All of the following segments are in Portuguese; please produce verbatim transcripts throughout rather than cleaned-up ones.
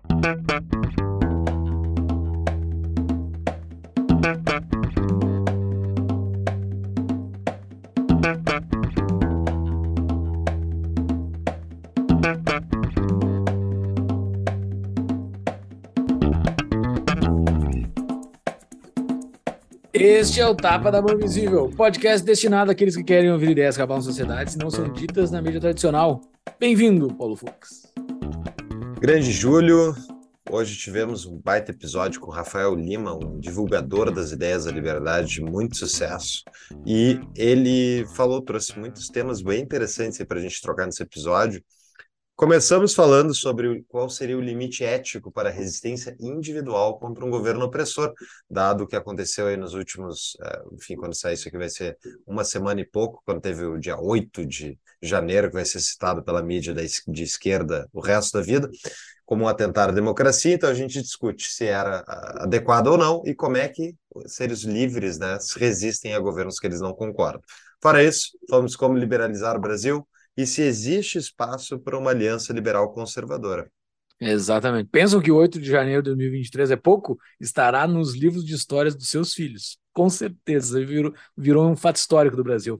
Este é o Tapa da Mão Invisível, podcast destinado àqueles que querem ouvir ideias que abalam sociedades e não são ditas na mídia tradicional. Bem-vindo, Paulo Fux. Grande Júlio, hoje tivemos um baita episódio com o Rafael Lima, um divulgador das ideias da liberdade de muito sucesso, e ele falou, trouxe muitos temas bem interessantes para a gente trocar nesse episódio. Começamos falando sobre qual seria o limite ético para a resistência individual contra um governo opressor, dado o que aconteceu aí nos últimos, enfim, quando sair isso aqui vai ser uma semana e pouco, quando teve o dia oito de janeiro, que vai ser citado pela mídia de esquerda o resto da vida, como um atentado à democracia. Então a gente discute se era adequado ou não e como é que seres livres, né, resistem a governos que eles não concordam. Fora isso, falamos como liberalizar o Brasil, e se existe espaço para uma aliança liberal conservadora. Exatamente. Pensam que oito de janeiro de dois mil e vinte e três é pouco? Estará nos livros de histórias dos seus filhos. Com certeza. Virou, virou um fato histórico do Brasil.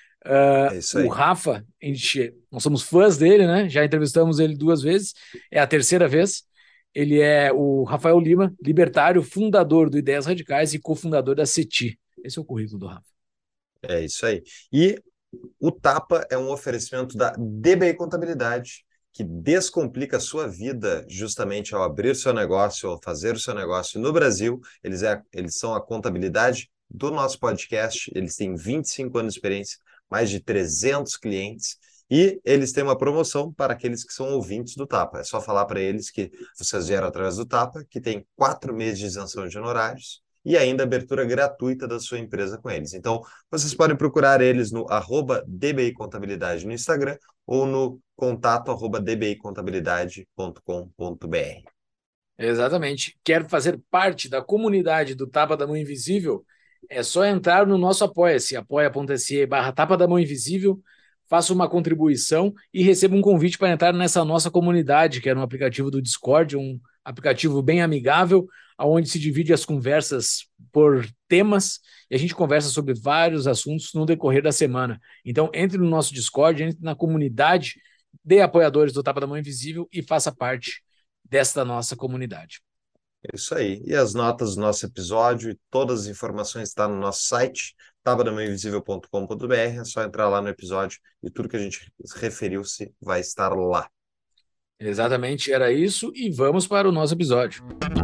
Uh, é isso aí. O Rafa, a gente, nós somos fãs dele, né? Já entrevistamos ele duas vezes. É a terceira vez. Ele é o Rafael Lima, libertário, fundador do Ideias Radicais e cofundador da CETI. Esse é o currículo do Rafa. É isso aí. E o Tapa é um oferecimento da D B I Contabilidade, que descomplica a sua vida justamente ao abrir seu negócio, ao fazer o seu negócio no Brasil. Eles, é, eles são a contabilidade do nosso podcast, eles têm vinte e cinco anos de experiência, mais de trezentos clientes, e eles têm uma promoção para aqueles que são ouvintes do Tapa. É só falar para eles que vocês vieram através do Tapa, que tem quatro meses de isenção de honorários, e ainda abertura gratuita da sua empresa com eles. Então, vocês podem procurar eles no arroba D B I Contabilidade no Instagram ou no contato arroba d b i contabilidade ponto com ponto b r. Exatamente. Quer fazer parte da comunidade do Tapa da Mão Invisível? É só entrar no nosso Apoia-se, apoia.se barra Tapa da Mão Invisível, faça uma contribuição e receba um convite para entrar nessa nossa comunidade, que é no aplicativo do Discord, um aplicativo bem amigável, onde se divide as conversas por temas e a gente conversa sobre vários assuntos no decorrer da semana. Então, entre no nosso Discord, entre na comunidade de apoiadores do Tapa da Mão Invisível e faça parte desta nossa comunidade. É isso aí. E as notas do nosso episódio e todas as informações estão no nosso site, tapa da mão invisível ponto com ponto b r. É só entrar lá no episódio e tudo que a gente referiu-se vai estar lá. Exatamente, era isso, e vamos para o nosso episódio.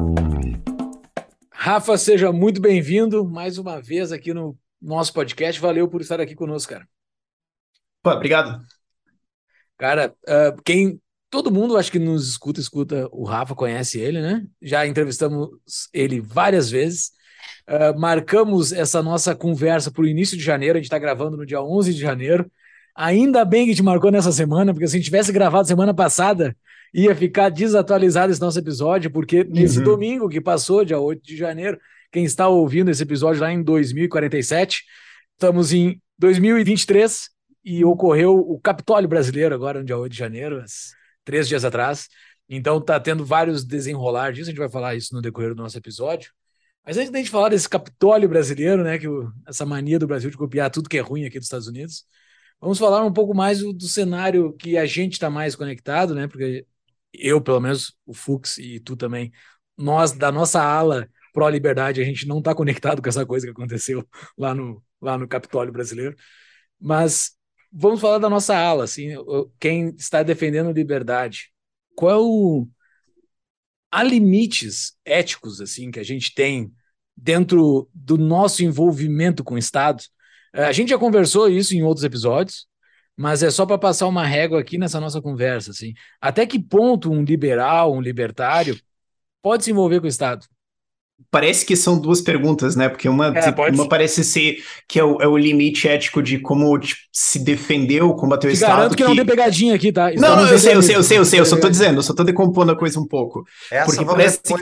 Rafa, seja muito bem-vindo mais uma vez aqui no nosso podcast. Valeu por estar aqui conosco, cara. Pô, obrigado. Cara, uh, quem... todo mundo, acho que nos escuta, escuta o Rafa, conhece ele, né? Já entrevistamos ele várias vezes. Uh, marcamos essa nossa conversa para o início de janeiro, a gente está gravando no dia onze de janeiro. Ainda bem que a gente marcou nessa semana, porque se a gente tivesse gravado semana passada, ia ficar desatualizado esse nosso episódio, porque nesse uhum. domingo que passou, dia oito de janeiro, quem está ouvindo esse episódio lá em dois mil e quarenta e sete, estamos em dois mil e vinte e três e ocorreu o Capitólio Brasileiro agora no dia oito de janeiro, três dias atrás. Então tá tendo vários desenrolar disso, a gente vai falar isso no decorrer do nosso episódio. Mas antes da gente falar desse Capitólio Brasileiro, né, que o, essa mania do Brasil de copiar tudo que é ruim aqui dos Estados Unidos, vamos falar um pouco mais do, do cenário que a gente está mais conectado, né? Porque eu, pelo menos, o Fux e tu também, nós, da nossa ala pró-liberdade, a gente não está conectado com essa coisa que aconteceu lá no, lá no Capitólio Brasileiro. Mas vamos falar da nossa ala, assim, quem está defendendo liberdade. Qual há limites éticos, assim, que a gente tem dentro do nosso envolvimento com o Estado? A gente já conversou isso em outros episódios, mas é só para passar uma régua aqui nessa nossa conversa, assim. Até que ponto um liberal, um libertário, pode se envolver com o Estado? Parece que são duas perguntas, né? Porque uma, é, uma parece ser que é o, é o limite ético de como tipo, se defender ou combater o Te Estado. Garanto que, que não tem pegadinha aqui, tá? Não, não, eu sei, eu sei, eu sei, eu sei, eu só tô dizendo, eu só tô decompondo a coisa um pouco. Essa porque vamos parece depois.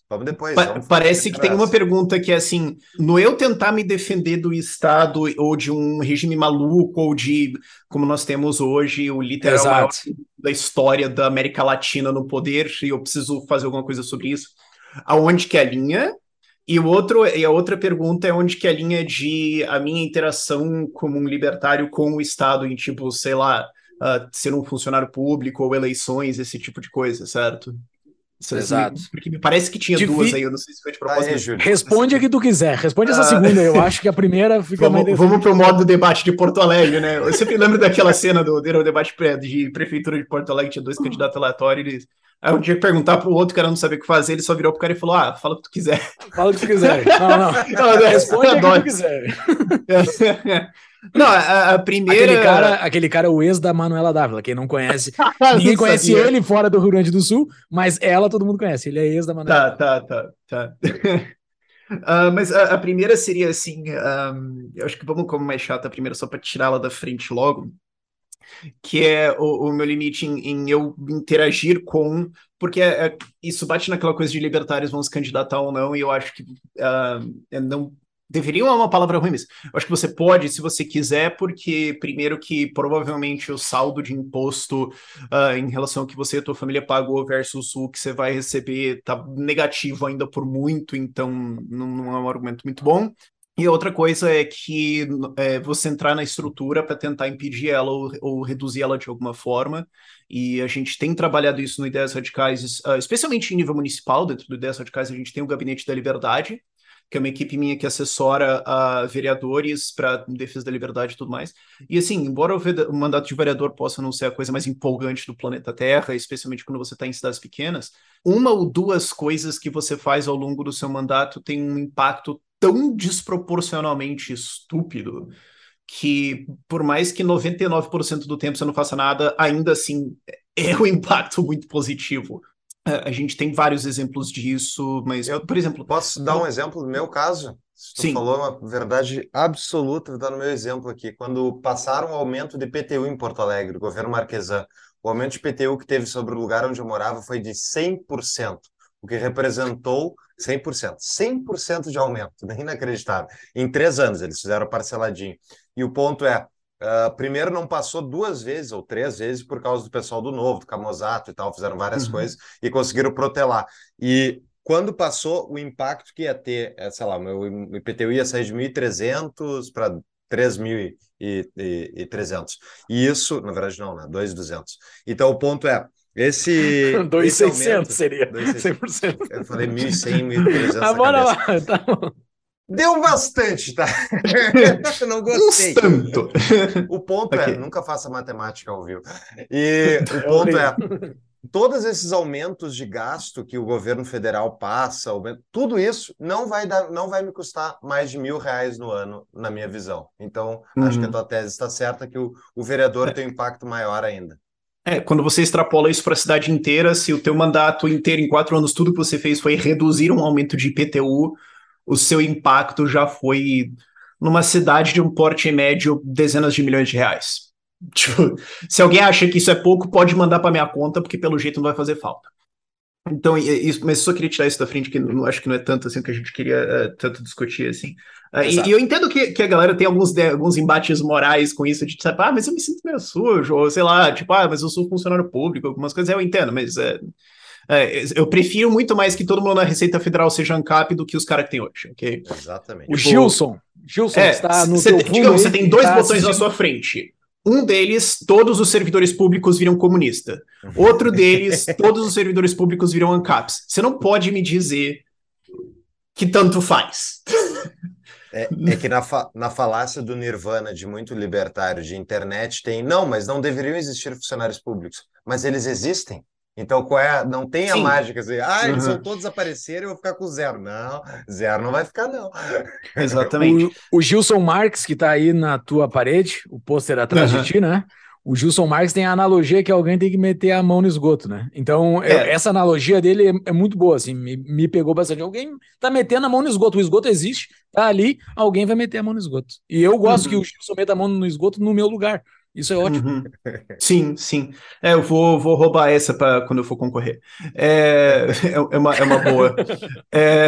Vamos depois. Pa Vamos parece que tem uma pergunta que é assim, no eu tentar me defender do Estado ou de um regime maluco ou de, como nós temos hoje, o literal maior da história da América Latina no poder, e eu preciso fazer alguma coisa sobre isso, aonde que é a linha? E, o outro, e a outra pergunta é onde que é a linha de a minha interação como um libertário com o Estado em tipo, sei lá, uh, ser um funcionário público ou eleições, esse tipo de coisa, certo? Exato. Porque me parece que tinha Divi... duas aí, eu não sei se foi de propósito. Aí, responde a que tu quiser, responde essa uh... segunda, eu acho que a primeira fica vamos, mais... Vamos pro modo debate de Porto Alegre, né? Eu sempre lembro daquela cena do, do debate de prefeitura de Porto Alegre, tinha dois candidatos aleatórios, eles... Aí um dia perguntar pro outro, o cara não sabia o que fazer, ele só virou pro cara e falou, ah, fala o que tu quiser. Fala o que tu quiser. Não, não. Responde o que tu quiser. Não, a, a primeira... Aquele cara, aquele cara é o ex da Manuela Dávila, quem não conhece. Ninguém não conhece sabia. Ele fora do Rio Grande do Sul, mas ela todo mundo conhece. Ele é ex da Manuela Tá, tá, tá, tá. uh, mas a, a primeira seria assim, um, eu acho que vamos como mais chata primeiro, só para tirá-la da frente logo, que é o, o meu limite em, em eu interagir com, porque é, é, isso bate naquela coisa de libertários vão se candidatar ou não, e eu acho que uh, não deveriam é uma palavra ruim, mas eu acho que você pode, se você quiser, porque primeiro que provavelmente o saldo de imposto uh, em relação ao que você e a tua família pagou versus o que você vai receber tá negativo ainda por muito, então não, não é um argumento muito bom. E outra coisa é que é, você entrar na estrutura para tentar impedir ela ou, ou reduzir ela de alguma forma, e a gente tem trabalhado isso no Ideias Radicais, uh, especialmente em nível municipal. Dentro do Ideias Radicais a gente tem o Gabinete da Liberdade, que é uma equipe minha que assessora a vereadores para defesa da liberdade e tudo mais. E assim, embora o, o mandato de vereador possa não ser a coisa mais empolgante do planeta Terra, especialmente quando você está em cidades pequenas, uma ou duas coisas que você faz ao longo do seu mandato tem um impacto tão desproporcionalmente estúpido que, por mais que noventa e nove por cento do tempo você não faça nada, ainda assim é um impacto muito positivo. A gente tem vários exemplos disso, mas eu, por exemplo... Posso dar um exemplo do meu caso? Se tu Sim. falou uma verdade absoluta, vou dar no meu exemplo aqui. Quando passaram o aumento de I P T U em Porto Alegre, o governo Marquesan, o aumento de I P T U que teve sobre o lugar onde eu morava foi de cem por cento, o que representou cem por cento. cem por cento de aumento, inacreditável. Em três anos, eles fizeram parceladinho. E o ponto é, Uh, primeiro não passou duas vezes ou três vezes por causa do pessoal do Novo, do Camozato e tal, fizeram várias uhum. coisas e conseguiram protelar. E quando passou, o impacto que ia ter, é, sei lá, o meu I P T U ia sair de mil e trezentos para três mil e trezentos. E isso, na verdade não, né? dois mil e duzentos. Então o ponto é, esse... dois mil e seiscentos seria, cem por cento. Eu falei mil e cem, mil e trezentos. Ah, bora lá, tá bom. Deu bastante, tá? Eu não gostei. Tanto. O ponto okay. é, nunca faça matemática ao vivo. E o ponto é, todos esses aumentos de gasto que o governo federal passa, tudo isso não vai dar, não vai me custar mais de mil reais no ano, na minha visão. Então, uhum. acho que a tua tese está certa, que o, o vereador é. tem um impacto maior ainda. É, quando você extrapola isso para a cidade inteira, se o teu mandato inteiro, em quatro anos, tudo que você fez foi reduzir um aumento de I P T U, o seu impacto já foi, numa cidade de um porte médio, dezenas de milhões de reais. Tipo, se alguém acha que isso é pouco, pode mandar para minha conta, porque pelo jeito não vai fazer falta. Então, isso, mas só queria tirar isso da frente, que não acho que não é tanto assim que a gente queria uh, tanto discutir assim. Uh, e, e eu entendo que, que a galera tem alguns, de, alguns embates morais com isso, de tipo, ah, mas eu me sinto meio sujo, ou sei lá, tipo, ah, mas eu sou funcionário público, algumas coisas eu entendo, mas... Uh, É, eu prefiro muito mais que todo mundo na Receita Federal seja ANCAP do que os caras que tem hoje, ok? Exatamente. O Gilson, Gilson é, está no cê, teu fundo digamos, aí, você tem dois tá botões assistindo... na sua frente. Um deles, todos os servidores públicos viram comunista. Outro deles, todos os servidores públicos viram ANCAPs. Você não pode me dizer que tanto faz. É, é que na, fa na falácia do Nirvana, de muito libertário de internet, tem, não, mas não deveriam existir funcionários públicos. Mas eles existem. Então, qual é? Não tem a Sim. mágica assim, ah, eles uhum. vão todos aparecer e eu vou ficar com zero. Não, zero não vai ficar, não. Exatamente. O, o Gilson Marques, que está aí na tua parede, o pôster atrás uhum. de ti, né? O Gilson Marques tem a analogia que alguém tem que meter a mão no esgoto, né? Então, é. eu, essa analogia dele é, é muito boa, assim, me, me pegou bastante. Alguém tá metendo a mão no esgoto, o esgoto existe, tá ali, alguém vai meter a mão no esgoto. E eu gosto uhum. que o Gilson meta a mão no esgoto no meu lugar. Isso é ótimo. Uhum. Sim, sim. É, eu vou, vou roubar essa para quando eu for concorrer. É, é, é uma, é uma boa. É,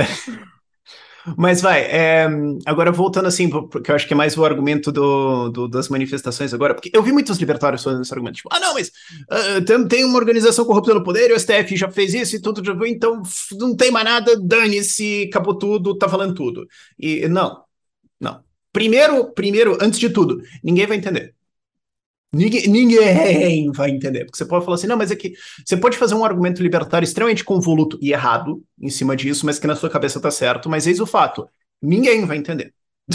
mas vai, é, agora voltando assim, porque eu acho que é mais o argumento do, do- das manifestações agora, porque eu vi muitos libertários fazendo esse argumento, tipo, ah, não, mas ah, tem, tem uma organização corrupta no poder, e o S T F já fez isso e tudo, já foi, então f- não tem mais nada, dane-se, acabou tudo, tá falando tudo. E não, não. Primeiro, primeiro, antes de tudo, ninguém vai entender. Ninguém, ninguém vai entender, porque você pode falar assim, não, mas é que você pode fazer um argumento libertário extremamente convoluto e errado em cima disso, mas que na sua cabeça tá certo, mas eis o fato, ninguém vai entender.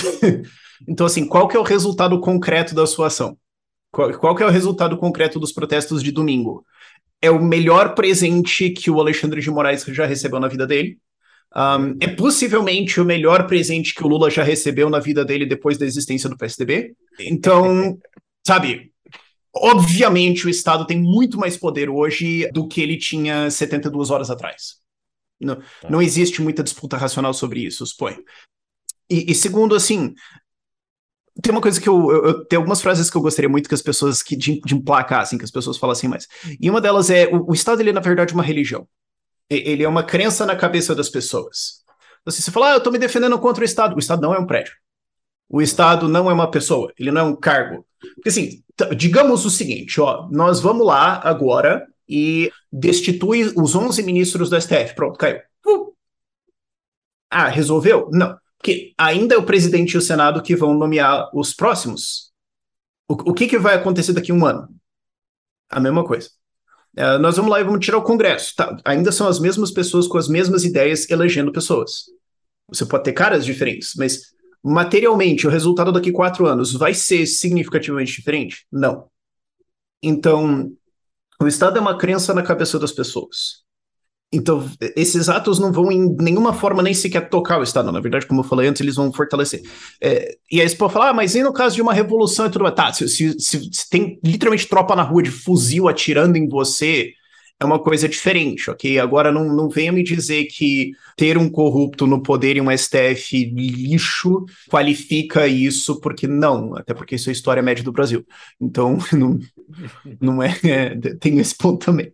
Então, assim, qual que é o resultado concreto da sua ação? Qual, qual que é o resultado concreto dos protestos de domingo? É o melhor presente que o Alexandre de Moraes já recebeu na vida dele. Um, é possivelmente o melhor presente que o Lula já recebeu na vida dele depois da existência do P S D B. Então, sabe, obviamente, o Estado tem muito mais poder hoje do que ele tinha setenta e duas horas atrás. Não, não existe muita disputa racional sobre isso, suponho. E, e segundo, assim, tem uma coisa que eu, eu, eu- tem algumas frases que eu gostaria muito que as pessoas, que de, de emplacar, assim, que as pessoas falam assim, mas... E uma delas é, o, o Estado, ele é, na verdade, uma religião. E- Ele é uma crença na cabeça das pessoas. Então, assim, você fala, ah, eu tô me defendendo contra o Estado. O Estado não é um prédio. O Estado não é uma pessoa, ele não é um cargo. Porque assim, t- digamos o seguinte, ó, nós vamos lá agora e destitui os onze ministros do S T F. Pronto, caiu. Uh. Ah, resolveu? Não. Porque ainda é o presidente e o Senado que vão nomear os próximos. O, o que, que vai acontecer daqui a um ano? A mesma coisa. É, nós vamos lá e vamos tirar o Congresso. Tá, ainda são as mesmas pessoas com as mesmas ideias elegendo pessoas. Você pode ter caras diferentes, mas materialmente o resultado daqui a quatro anos vai ser significativamente diferente? Não. Então, o Estado é uma crença na cabeça das pessoas. Então, esses atos não vão em nenhuma forma nem sequer tocar o Estado. Na verdade, como eu falei antes, eles vão fortalecer. É, e aí você pode falar, ah, mas e no caso de uma revolução e tudo mais? Tá, se, se, se, se tem literalmente tropa na rua de fuzil atirando em você, é uma coisa diferente, ok? Agora não, não venha me dizer que ter um corrupto no poder e um S T F lixo qualifica isso, porque não, até porque isso é a história média do Brasil. Então, não, não é, é tem esse ponto também.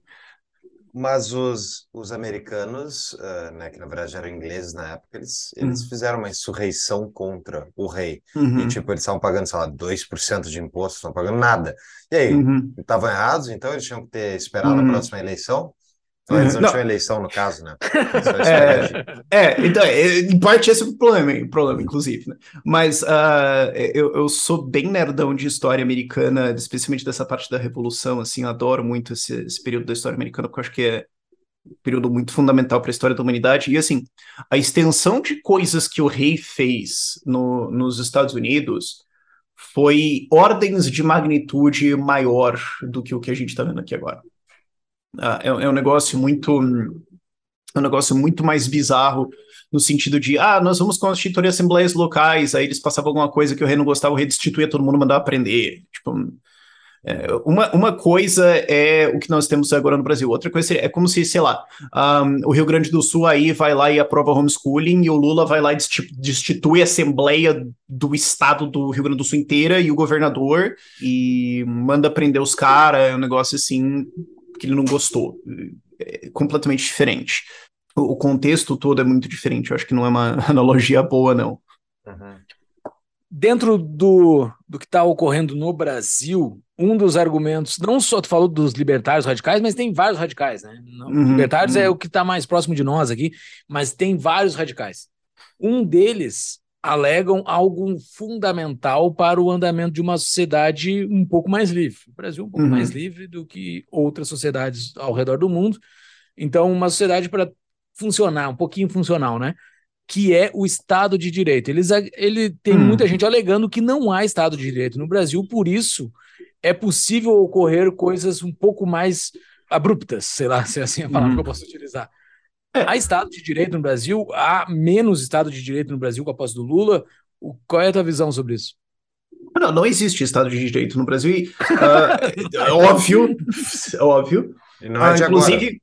Mas os, os americanos, ah, né, que na verdade eram ingleses na época, eles, eles Uhum. fizeram uma insurreição contra o rei. E, Uhum. tipo, eles estavam pagando, sei lá, dois por cento de imposto, não estavam pagando nada. E aí, Uhum. estavam errados, então eles tinham que ter, esperado a Uhum. próxima eleição? Ou eles Uhum. não tinham Não, eleição, no caso, né? Era só esperar é, agir. é, então, é, em parte esse é o problema, o problema, inclusive, né? Mas ah, eu, eu sou bem nerdão de história americana, especialmente dessa parte da Revolução, assim, eu adoro muito esse, esse período da história americana, porque eu acho que é um período muito fundamental para a história da humanidade. E, assim, a extensão de coisas que o rei fez no, nos Estados Unidos foi ordens de magnitude maior do que o que a gente está vendo aqui agora. Ah, é, é um negócio muito é um negócio muito mais bizarro no sentido de, ah, nós vamos constituir assembleias locais, aí eles passavam alguma coisa que o rei não gostava, o rei destituía todo mundo, mandava prender. Tipo, é, uma, uma coisa é o que nós temos agora no Brasil, outra coisa é como se, sei lá, um, o Rio Grande do Sul aí vai lá e aprova homeschooling e o Lula vai lá e destitui a assembleia do estado do Rio Grande do Sul inteira e o governador e manda prender os caras, é um negócio assim que ele não gostou. É completamente diferente. O, o contexto todo é muito diferente. Eu acho que não é uma analogia boa, não. Uhum. Dentro do, do que está ocorrendo no Brasil, um dos argumentos, não só tu falou dos libertários radicais, mas tem vários radicais, né? Não, Uhum, libertários é o uhum, que está mais próximo de nós aqui, mas tem vários radicais. Um deles alegam algo fundamental para o andamento de uma sociedade um pouco mais livre. O Brasil é um pouco mais uhum, livre do que outras sociedades ao redor do mundo. Então, uma sociedade para funcionar, um pouquinho funcional, né? Que é o Estado de Direito. Eles, ele tem muita uhum, gente alegando que não há Estado de Direito no Brasil, por isso é possível ocorrer coisas um pouco mais abruptas, sei lá se é assim a palavra que eu uhum. posso utilizar. Há É, Estado de Direito no Brasil? Há menos Estado de Direito no Brasil com a posse do Lula? O, qual é a tua visão sobre isso? não, não existe Estado de Direito no Brasil e, ah, é óbvio, é óbvio. E não é Ah, de agora. inclusive,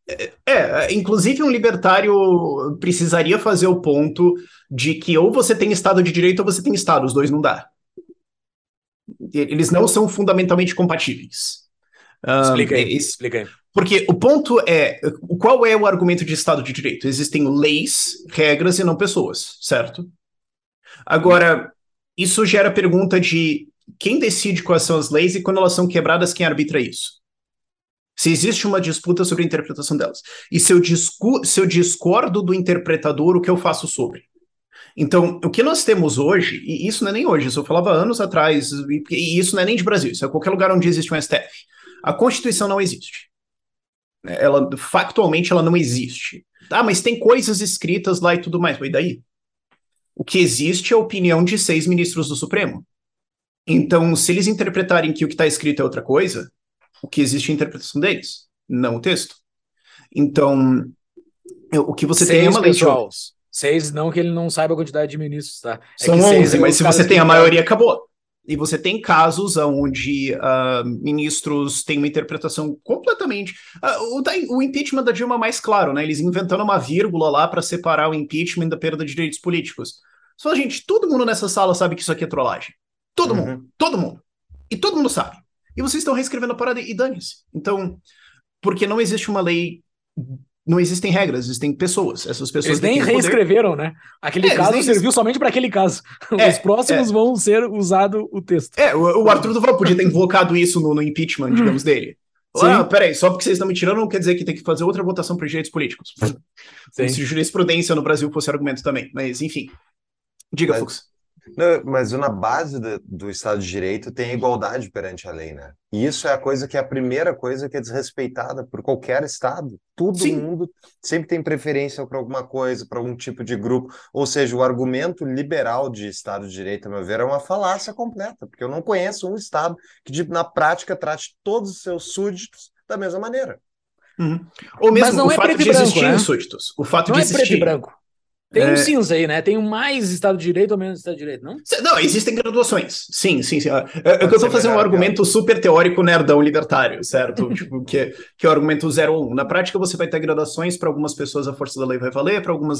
é, inclusive um libertário precisaria fazer o ponto de que ou você tem Estado de Direito ou você tem Estado, os dois não dá. eles não são fundamentalmente compatíveis. Explica Um, aí, esse, explica aí. Porque o ponto é, qual é o argumento de Estado de Direito? Existem leis, regras e não pessoas, certo? Agora, isso gera a pergunta de quem decide quais são as leis e quando elas são quebradas, quem arbitra isso? Se existe uma disputa sobre a interpretação delas. E se eu, discu se eu discordo do interpretador, o que eu faço sobre? Então, o que nós temos hoje, e isso não é nem hoje, isso eu falava anos atrás, e, e isso não é nem de Brasil, isso é qualquer lugar onde existe um S T F. A Constituição não existe. Ela, factualmente, ela não existe. Ah, mas tem coisas escritas lá e tudo mais. E daí? O que existe é a opinião de seis ministros do Supremo. Então, se eles interpretarem que o que está escrito é outra coisa, o que existe é a interpretação deles, não o texto. Então, o que você seis, tem é uma lei de... Seis, não que ele não saiba a quantidade de ministros, tá? É São onze, mas se você tem a que... maioria, acabou. E você tem casos onde uh, ministros têm uma interpretação completamente... Uh, o, o impeachment da Dilma é mais claro, né? Eles inventando uma vírgula lá para separar o impeachment da perda de direitos políticos. Só, gente, todo mundo nessa sala sabe que isso aqui é trollagem. Todo uhum. mundo. Todo mundo. E todo mundo sabe. E vocês estão reescrevendo a parada e dane-se. Então, porque não existe uma lei... Não existem regras, existem pessoas. Essas pessoas eles nem reescreveram, poder. né? Aquele é, caso serviu somente para aquele caso. É, Os próximos é. vão ser usado o texto. É, o, o Arthur Duval podia ter invocado isso no, no impeachment, digamos, dele. Sim. Ah, peraí, só porque vocês estão me tirando não quer dizer que tem que fazer outra votação para direitos políticos. Como se jurisprudência no Brasil fosse argumento também. Mas, enfim. Diga, mas, Fux. Não, mas na base do, do Estado de Direito tem a igualdade perante a lei, né? E isso é a coisa que é a primeira coisa que é desrespeitada por qualquer Estado. Todo Sim. mundo sempre tem preferência para alguma coisa, para algum tipo de grupo. Ou seja, o argumento liberal de Estado de Direito, a meu ver, é uma falácia completa, porque eu não conheço um Estado que, na prática, trate todos os seus súditos da mesma maneira. Uhum. Ou mesmo o é fato de branco, existirem né? súditos. O fato não de é existir... preto e branco. Tem É... um cinza aí, né? Tem um mais Estado de Direito ou menos Estado de Direito, não? Não, existem graduações. Sim, sim, sim. É, é que eu tô fazendo um argumento super teórico nerdão libertário, certo? tipo, que, que é o argumento zero um. Na prática, você vai ter gradações, para algumas pessoas a força da lei vai valer, para algumas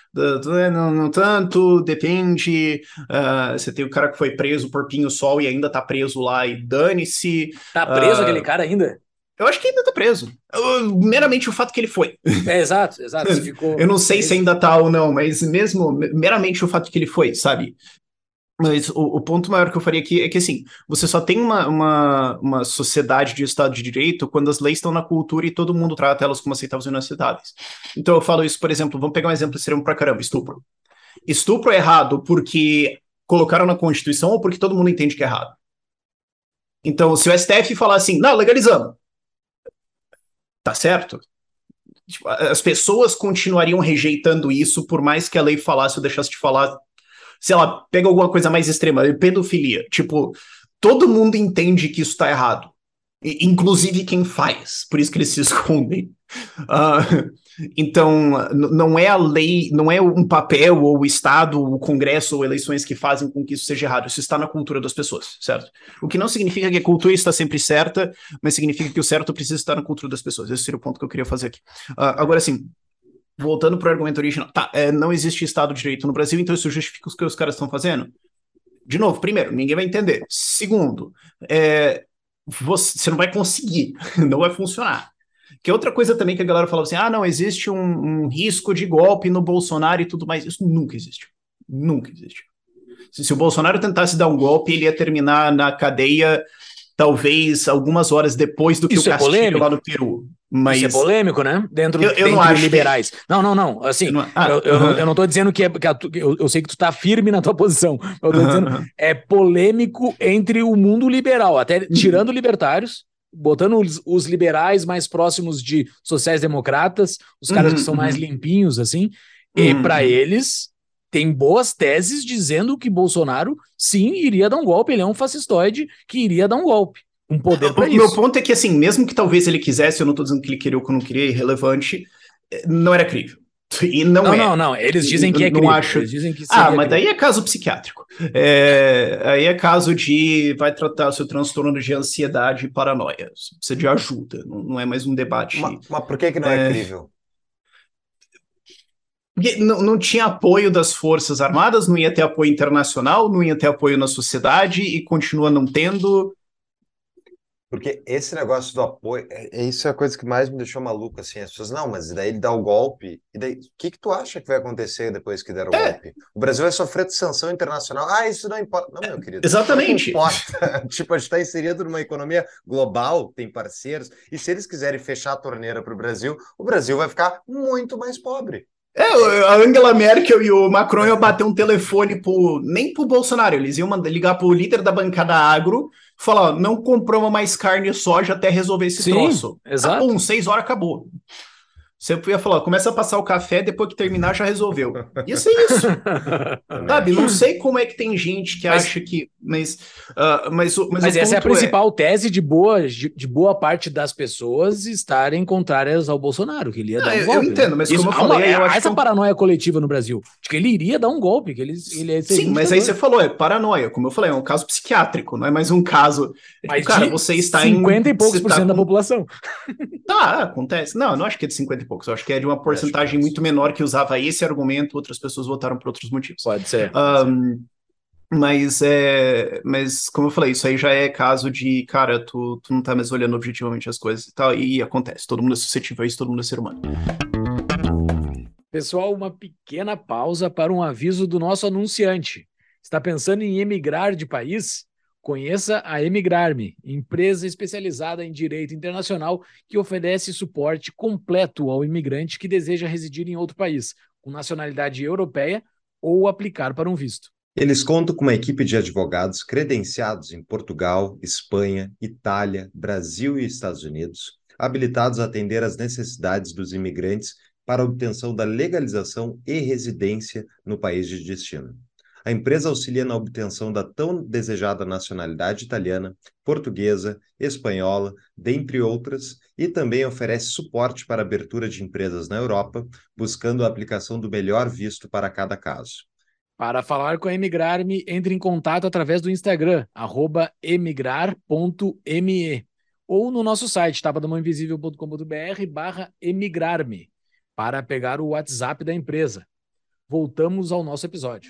não, não tanto, depende. Uh, você tem o cara que foi preso por pinho-sol e ainda tá preso lá e dane-se. Tá preso uh, aquele cara ainda? Eu acho que ainda tá preso. Uh, meramente o fato que ele foi. É, exato, exato. Ficou... Eu não sei se ainda tá ou não, mas mesmo, meramente o fato que ele foi, sabe? Mas o, o ponto maior que eu faria aqui é que, assim, você só tem uma, uma, uma sociedade de Estado de Direito quando as leis estão na cultura e todo mundo trata elas como aceitáveis e inaceitáveis. Então eu falo isso, por exemplo, vamos pegar um exemplo extremo pra caramba, estupro. Estupro é errado porque colocaram na Constituição ou porque todo mundo entende que é errado? Então, se o S T F falar assim, não, legalizamos, tá certo? As pessoas continuariam rejeitando isso por mais que a lei falasse ou deixasse de falar, sei lá, pega alguma coisa mais extrema, pedofilia. Tipo, todo mundo entende que isso tá errado. E, inclusive quem faz. Por isso que eles se escondem. Uh, então, não é a lei, não é um papel, ou o Estado, o Congresso, ou eleições que fazem com que isso seja errado. Isso está na cultura das pessoas, certo? O que não significa que a cultura está sempre certa, mas significa que o certo precisa estar na cultura das pessoas. Esse seria o ponto que eu queria fazer aqui. Uh, agora, sim, voltando para o argumento original. Tá, é, não existe Estado de Direito no Brasil, então isso justifica o que os caras estão fazendo? De novo, primeiro, ninguém vai entender. Segundo, é, você, você não vai conseguir, não vai funcionar. Que outra coisa também que a galera falava assim, ah, não, existe um, um risco de golpe no Bolsonaro e tudo mais. Isso nunca existe. Nunca existe. Se, se o Bolsonaro tentasse dar um golpe, ele ia terminar na cadeia talvez algumas horas depois do que Isso o é Castilho polêmico. lá no Peru. Mas... Isso é polêmico, né? Dentro, eu, eu dentro não acho liberais. Que... Não, não, não. Assim, eu não, ah, eu, eu, uh-huh. não, eu não tô dizendo que é... Que a, eu, eu sei que tu tá firme na tua posição. Eu tô uh-huh. dizendo é polêmico entre o mundo liberal, até uh-huh. tirando libertários, botando os, os liberais mais próximos de sociais-democratas, os caras uh-huh. que são mais limpinhos, assim, uh-huh. e para eles... Tem boas teses dizendo que Bolsonaro, sim, iria dar um golpe. Ele é um fascistoide que iria dar um golpe. Um poder para isso. O meu ponto é que, assim, mesmo que talvez ele quisesse, eu não tô dizendo que ele queria ou que não queria, é irrelevante, não era crível. E não, não é. Não, não, eles dizem que é crível. Acho... Eles dizem que ah, mas daí é caso psiquiátrico. É... Aí é caso de vai tratar o seu transtorno de ansiedade e paranoia. Você precisa de ajuda, não é mais um debate. Mas, mas por que que não é, é crível? Porque não, não tinha apoio das Forças Armadas, não ia ter apoio internacional, não ia ter apoio na sociedade e continua não tendo. Porque esse negócio do apoio, é, é isso é a coisa que mais me deixou maluco, assim, as pessoas, não, mas daí ele dá o golpe, e daí, o que que tu acha que vai acontecer depois que der o É, golpe? O Brasil vai sofrer de sanção internacional, ah, isso não importa. Não, meu querido, claro que exatamente. importa. Tipo, a gente está inserido numa economia global, tem parceiros, e se eles quiserem fechar a torneira para o Brasil, o Brasil vai ficar muito mais pobre. É, a Angela Merkel e o Macron iam bater um telefone pro, nem pro Bolsonaro, eles iam mandar, ligar pro líder da bancada agro, falar, ó, não compramos mais carne e soja até resolver esse Sim, troço. exato. Tá bom, seis horas acabou. Você ia falar, começa a passar o café, depois que terminar já resolveu. Isso é isso. Sabe, não sei como é que tem gente que Mas- acha que. Mas, uh, mas, o- mas, Mas o essa é a ponto principal tese de boa, de, de boa parte das pessoas estarem contrárias ao Bolsonaro, que ele ia Não, dar um eu- eu golpe. entendo, né? mas Isso, como eu há uma- falei, eu há acho que essa é um- paranoia coletiva no Brasil, de que ele iria dar um golpe, que ele, ele seria Sim, um mas aí você ditador. falou, é paranoia. Como eu falei, é um caso psiquiátrico, não é mais um caso. É tipo, Mas cara, de você está cinquenta em. e poucos você por tá cento da com- população. Tá, acontece. Não, eu não acho que é de cinquenta e poucos. Eu acho que é de uma porcentagem é isso. muito menor que usava esse argumento, outras pessoas votaram por outros motivos. Pode ser. Ahn, mas, é, mas, como eu falei, isso aí já é caso de, cara, tu, tu não tá mais olhando objetivamente as coisas e tal, e acontece. Todo mundo é suscetível a isso, todo mundo é ser humano. Pessoal, uma pequena pausa para um aviso do nosso anunciante. Está pensando em emigrar de país? Conheça a Emigrar-me, empresa especializada em direito internacional que oferece suporte completo ao imigrante que deseja residir em outro país, com nacionalidade europeia ou aplicar para um visto. Eles contam com uma equipe de advogados credenciados em Portugal, Espanha, Itália, Brasil e Estados Unidos, habilitados a atender às necessidades dos imigrantes para a obtenção da legalização e residência no país de destino. A empresa auxilia na obtenção da tão desejada nacionalidade italiana, portuguesa, espanhola, dentre outras, e também oferece suporte para a abertura de empresas na Europa, buscando a aplicação do melhor visto para cada caso. Para falar com a Emigrar-me, entre em contato através do Instagram, arroba emigrar ponto me, ou no nosso site, tapadamãoinvisível ponto com ponto br barra emigrar-me, para pegar o WhatsApp da empresa. Voltamos ao nosso episódio.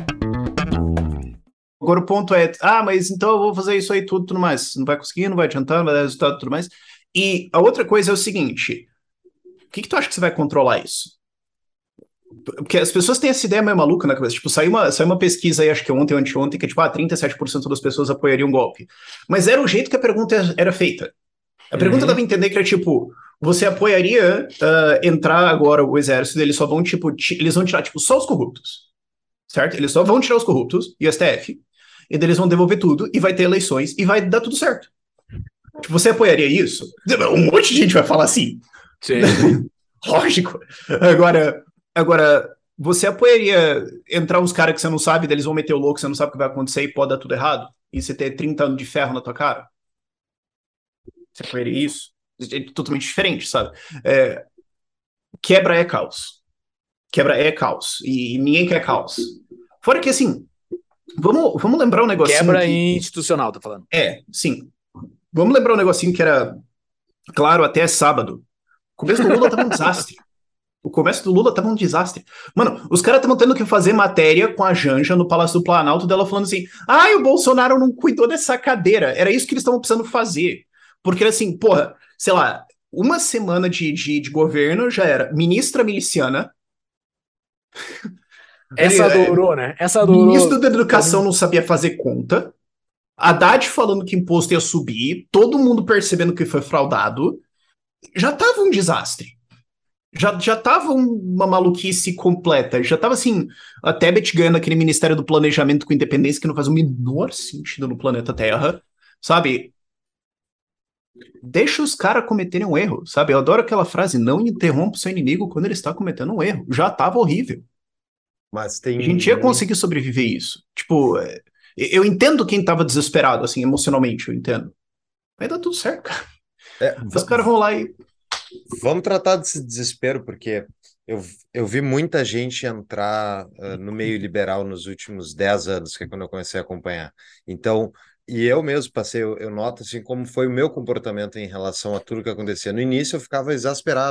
Agora o ponto é, ah, mas então eu vou fazer isso aí tudo, tudo mais. Não vai conseguir, não vai adiantar, não vai dar resultado, tudo mais. E a outra coisa é o seguinte, o que que tu acha que você vai controlar isso? Porque as pessoas têm essa ideia meio maluca na cabeça. Tipo, saiu uma, saiu uma pesquisa aí, acho que ontem ou anteontem, que é tipo, ah, trinta e sete por cento das pessoas apoiariam um golpe. Mas era o jeito que a pergunta era feita. A pergunta Uhum. dava a entender que era tipo, você apoiaria uh, entrar agora o exército, eles só vão, tipo, eles vão tirar, tipo, só os corruptos. Certo? Eles só vão tirar os corruptos e o S T F, e daí eles vão devolver tudo, e vai ter eleições, e vai dar tudo certo. Tipo, você apoiaria isso? Um monte de gente vai falar assim. Sim. Lógico. Agora, agora, você apoiaria entrar uns caras que você não sabe, daí eles vão meter o louco, você não sabe o que vai acontecer e pode dar tudo errado? E você ter trinta anos de ferro na tua cara? Você apoiaria isso? É totalmente diferente, sabe? É, quebra é caos. Quebra é caos. E ninguém quer caos. Fora que, assim, vamos, vamos lembrar um negocinho. Quebra que... institucional, tá falando. É, sim. Vamos lembrar um negocinho que era claro até sábado. O começo do Lula tava um desastre. O começo do Lula tava um desastre. Mano, os caras estavam tendo que fazer matéria com a Janja no Palácio do Planalto, dela falando assim, ai, o Bolsonaro não cuidou dessa cadeira. Era isso que eles estavam precisando fazer. Porque, assim, porra, sei lá, uma semana de, de, de governo já era ministra miliciana. Essa Ele, adorou, né? Essa adorou. Ministro da Educação não sabia fazer conta. Haddad falando que imposto ia subir. Todo mundo percebendo que foi fraudado. Já tava um desastre. Já, já tava uma maluquice completa. Já tava assim, a Tebet ganhando aquele Ministério do Planejamento com Independência que não faz o menor sentido no planeta Terra. Sabe? Deixa os caras cometerem um erro, sabe? Eu adoro aquela frase, não interrompa o seu inimigo quando ele está cometendo um erro. Já tava horrível. Mas tem A gente ia muito- conseguir sobreviver isso. Tipo, é, eu entendo quem tava desesperado, assim, emocionalmente, eu entendo. Vai dar tudo certo, cara. É, Os caras vão lá e... vamos tratar desse desespero, porque eu, eu vi muita gente entrar uh, no meio liberal nos últimos dez anos, que é quando eu comecei a acompanhar. Então, e eu mesmo passei, eu, eu noto assim como foi o meu comportamento em relação a tudo que acontecia. No início eu ficava exasperado,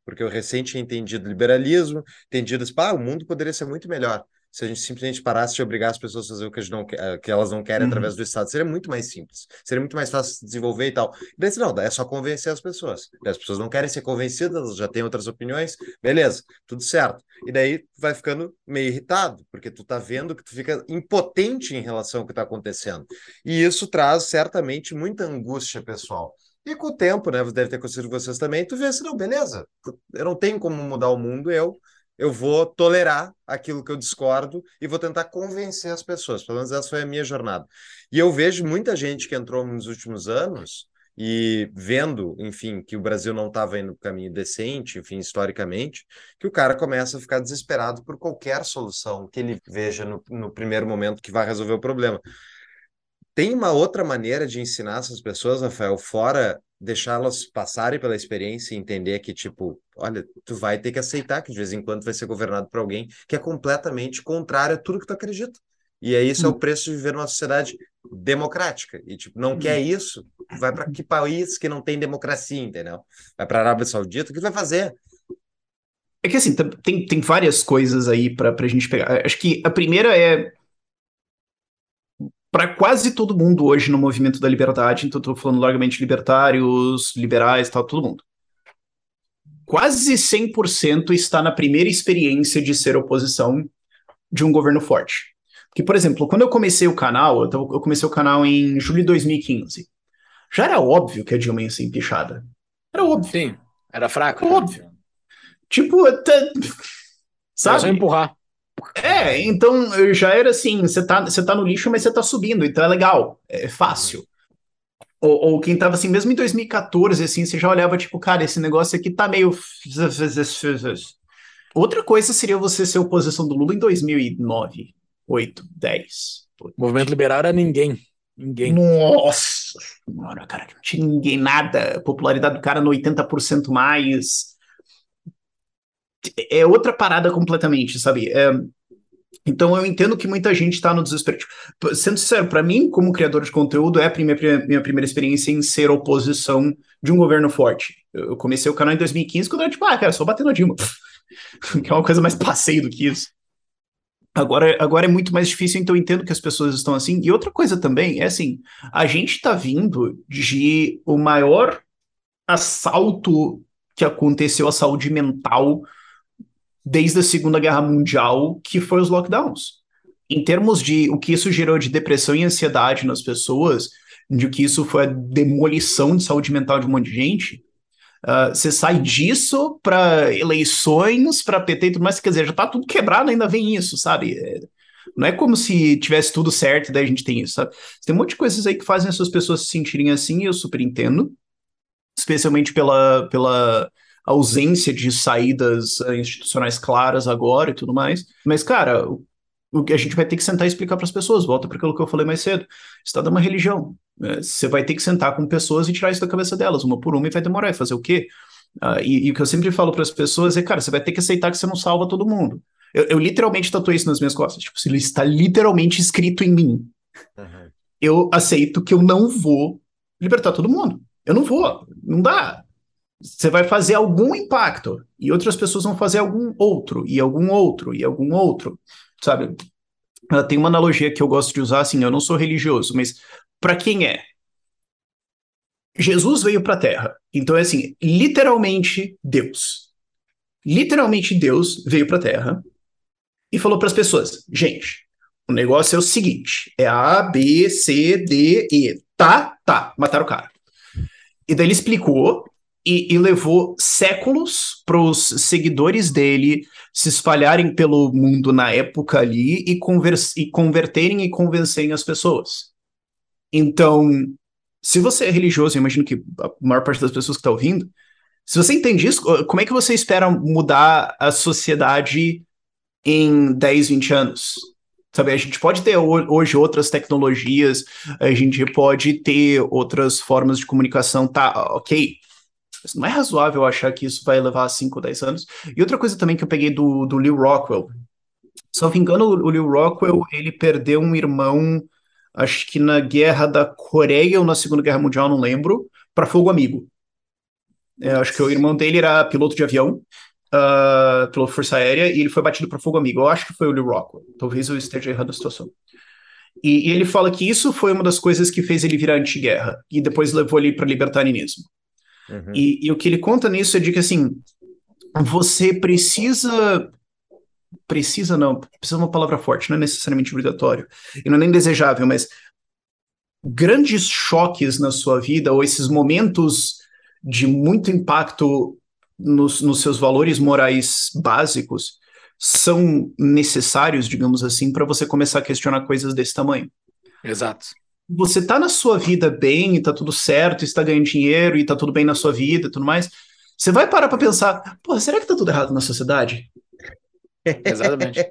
porque eu recém tinha entendido liberalismo, entendido assim, pá, o mundo poderia ser muito melhor se a gente simplesmente parasse de obrigar as pessoas a fazer o que, a gente não, que eh, que elas não querem Uhum. através do Estado. Seria muito mais simples, seria muito mais fácil de desenvolver e tal. E daí, não, daí é só convencer as pessoas. As pessoas não querem ser convencidas, elas já têm outras opiniões, beleza, tudo certo. E daí tu vai ficando meio irritado, porque tu tá vendo que tu fica impotente em relação ao que está acontecendo. E isso traz certamente muita angústia pessoal. E com o tempo, né, deve ter acontecido com vocês também, tu vê assim, não, beleza, eu não tenho como mudar o mundo, eu eu vou tolerar aquilo que eu discordo e vou tentar convencer as pessoas. Pelo menos essa foi a minha jornada. E eu vejo muita gente que entrou nos últimos anos e vendo, enfim, que o Brasil não estava indo no caminho decente, enfim, historicamente, que o cara começa a ficar desesperado por qualquer solução que ele veja no, no primeiro momento que vai resolver o problema. Tem uma outra maneira de ensinar essas pessoas, Rafael, fora deixá-las passarem pela experiência e entender que, tipo, olha, tu vai ter que aceitar que de vez em quando vai ser governado por alguém que é completamente contrário a tudo que tu acredita. E é isso é o Uhum. preço de viver numa sociedade democrática. E, tipo, não quer isso? Vai para que país que não tem democracia, entendeu? Vai para a Arábia Saudita, o que tu vai fazer? É que assim, tem, tem várias coisas aí pra, pra gente pegar. Acho que a primeira é para quase todo mundo hoje no movimento da liberdade, então estou falando largamente libertários, liberais, tal, todo mundo. Quase cem por cento está na primeira experiência de ser oposição de um governo forte. Porque, por exemplo, quando eu comecei o canal, eu, eu comecei o canal em julho de dois mil e quinze. Já era óbvio que a Dilma ia ser empichada. Era óbvio. Sim, era fraco Era já. óbvio. Tipo, até, Era só sabe? empurrar. É, então eu já era assim, você tá, você tá no lixo, mas você tá subindo, então é legal, é fácil. Ou, ou quem tava assim, mesmo em dois mil e quatorze, assim, você já olhava, tipo, cara, esse negócio aqui tá meio. Outra coisa seria você ser oposição do Lula em dois mil e nove, oito, dez. O movimento liberal era ninguém. Ninguém. Nossa! Senhora, cara, não tinha ninguém, nada. A popularidade do cara no oitenta por cento mais. É outra parada completamente, sabe? É, então eu entendo que muita gente está no desespero. Tipo, sendo sincero, para mim, como criador de conteúdo, é a minha, minha primeira experiência em ser oposição de um governo forte. Eu comecei o canal em dois mil e quinze, quando eu era tipo, ah, cara, só bater no Dilma. Que é uma coisa mais passeio do que isso. Agora, agora é muito mais difícil, então eu entendo que as pessoas estão assim. E outra coisa também é assim, a gente está vindo de o maior assalto que aconteceu à saúde mental desde a Segunda Guerra Mundial, que foi os lockdowns. Em termos de o que isso gerou de depressão e ansiedade nas pessoas, de que isso foi a demolição de saúde mental de um monte de gente, uh, você sai disso para eleições, para P T e tudo mais, quer dizer, já tá tudo quebrado, ainda vem isso, sabe? É, não é como se tivesse tudo certo e daí a gente tem isso, sabe? Tem um monte de coisas aí que fazem essas pessoas se sentirem assim, e eu super entendo, especialmente pela, pela ausência de saídas uh, institucionais claras agora e tudo mais. Mas, cara, o, o que a gente vai ter que sentar e explicar para as pessoas, volta para aquilo que eu falei mais cedo. Estado é uma religião. Né? Você vai ter que sentar com pessoas e tirar isso da cabeça delas, uma por uma, e vai demorar. E fazer o quê? Uh, e, e o que eu sempre falo para as pessoas é, cara, você vai ter que aceitar que você não salva todo mundo. Eu, eu literalmente tatuei isso nas minhas costas. Tipo, se está literalmente escrito em mim. Uhum. Eu aceito que eu não vou libertar todo mundo. Eu não vou. Não dá. Você vai fazer algum impacto e outras pessoas vão fazer algum outro, e algum outro, e algum outro, sabe? Tem uma analogia que eu gosto de usar, assim, eu não sou religioso, mas para quem é? Jesus veio para a Terra, então é assim, literalmente Deus. Literalmente Deus veio para a Terra e falou para as pessoas, gente, o negócio é o seguinte, é A, B, C, D, E, tá? Tá, mataram o cara. E daí ele explicou e, e levou séculos para os seguidores dele se espalharem pelo mundo na época ali e, convers e converterem e convencerem as pessoas. Então, se você é religioso, eu imagino que a maior parte das pessoas que está ouvindo, se você entende isso, como é que você espera mudar a sociedade em dez, vinte anos? Sabe, a gente pode ter hoje outras tecnologias, a gente pode ter outras formas de comunicação, tá, ok. Mas não é razoável achar que isso vai levar cinco ou dez anos. E outra coisa também que eu peguei do, do Lew Rockwell. Se não me engano, o Lew Rockwell, ele perdeu um irmão, acho que na Guerra da Coreia ou na Segunda Guerra Mundial, não lembro, para fogo amigo. É, acho que o irmão dele era piloto de avião, uh, piloto de Força Aérea, e ele foi batido por fogo amigo. Eu acho que foi o Lee Rockwell. Talvez eu esteja errado a situação. E, e ele fala que isso foi uma das coisas que fez ele virar anti-guerra, e depois levou ele para libertarianismo. Uhum. E, e o que ele conta nisso é de que, assim, você precisa... Precisa não, precisa uma palavra forte, não é necessariamente obrigatório, e não é nem desejável, mas grandes choques na sua vida, ou esses momentos de muito impacto nos, nos seus valores morais básicos, são necessários, digamos assim, para você começar a questionar coisas desse tamanho. Exato. Você tá na sua vida bem, e tá tudo certo, está ganhando dinheiro, e tá tudo bem na sua vida e tudo mais, você vai parar para pensar, pô, será que tá tudo errado na sociedade? Exatamente.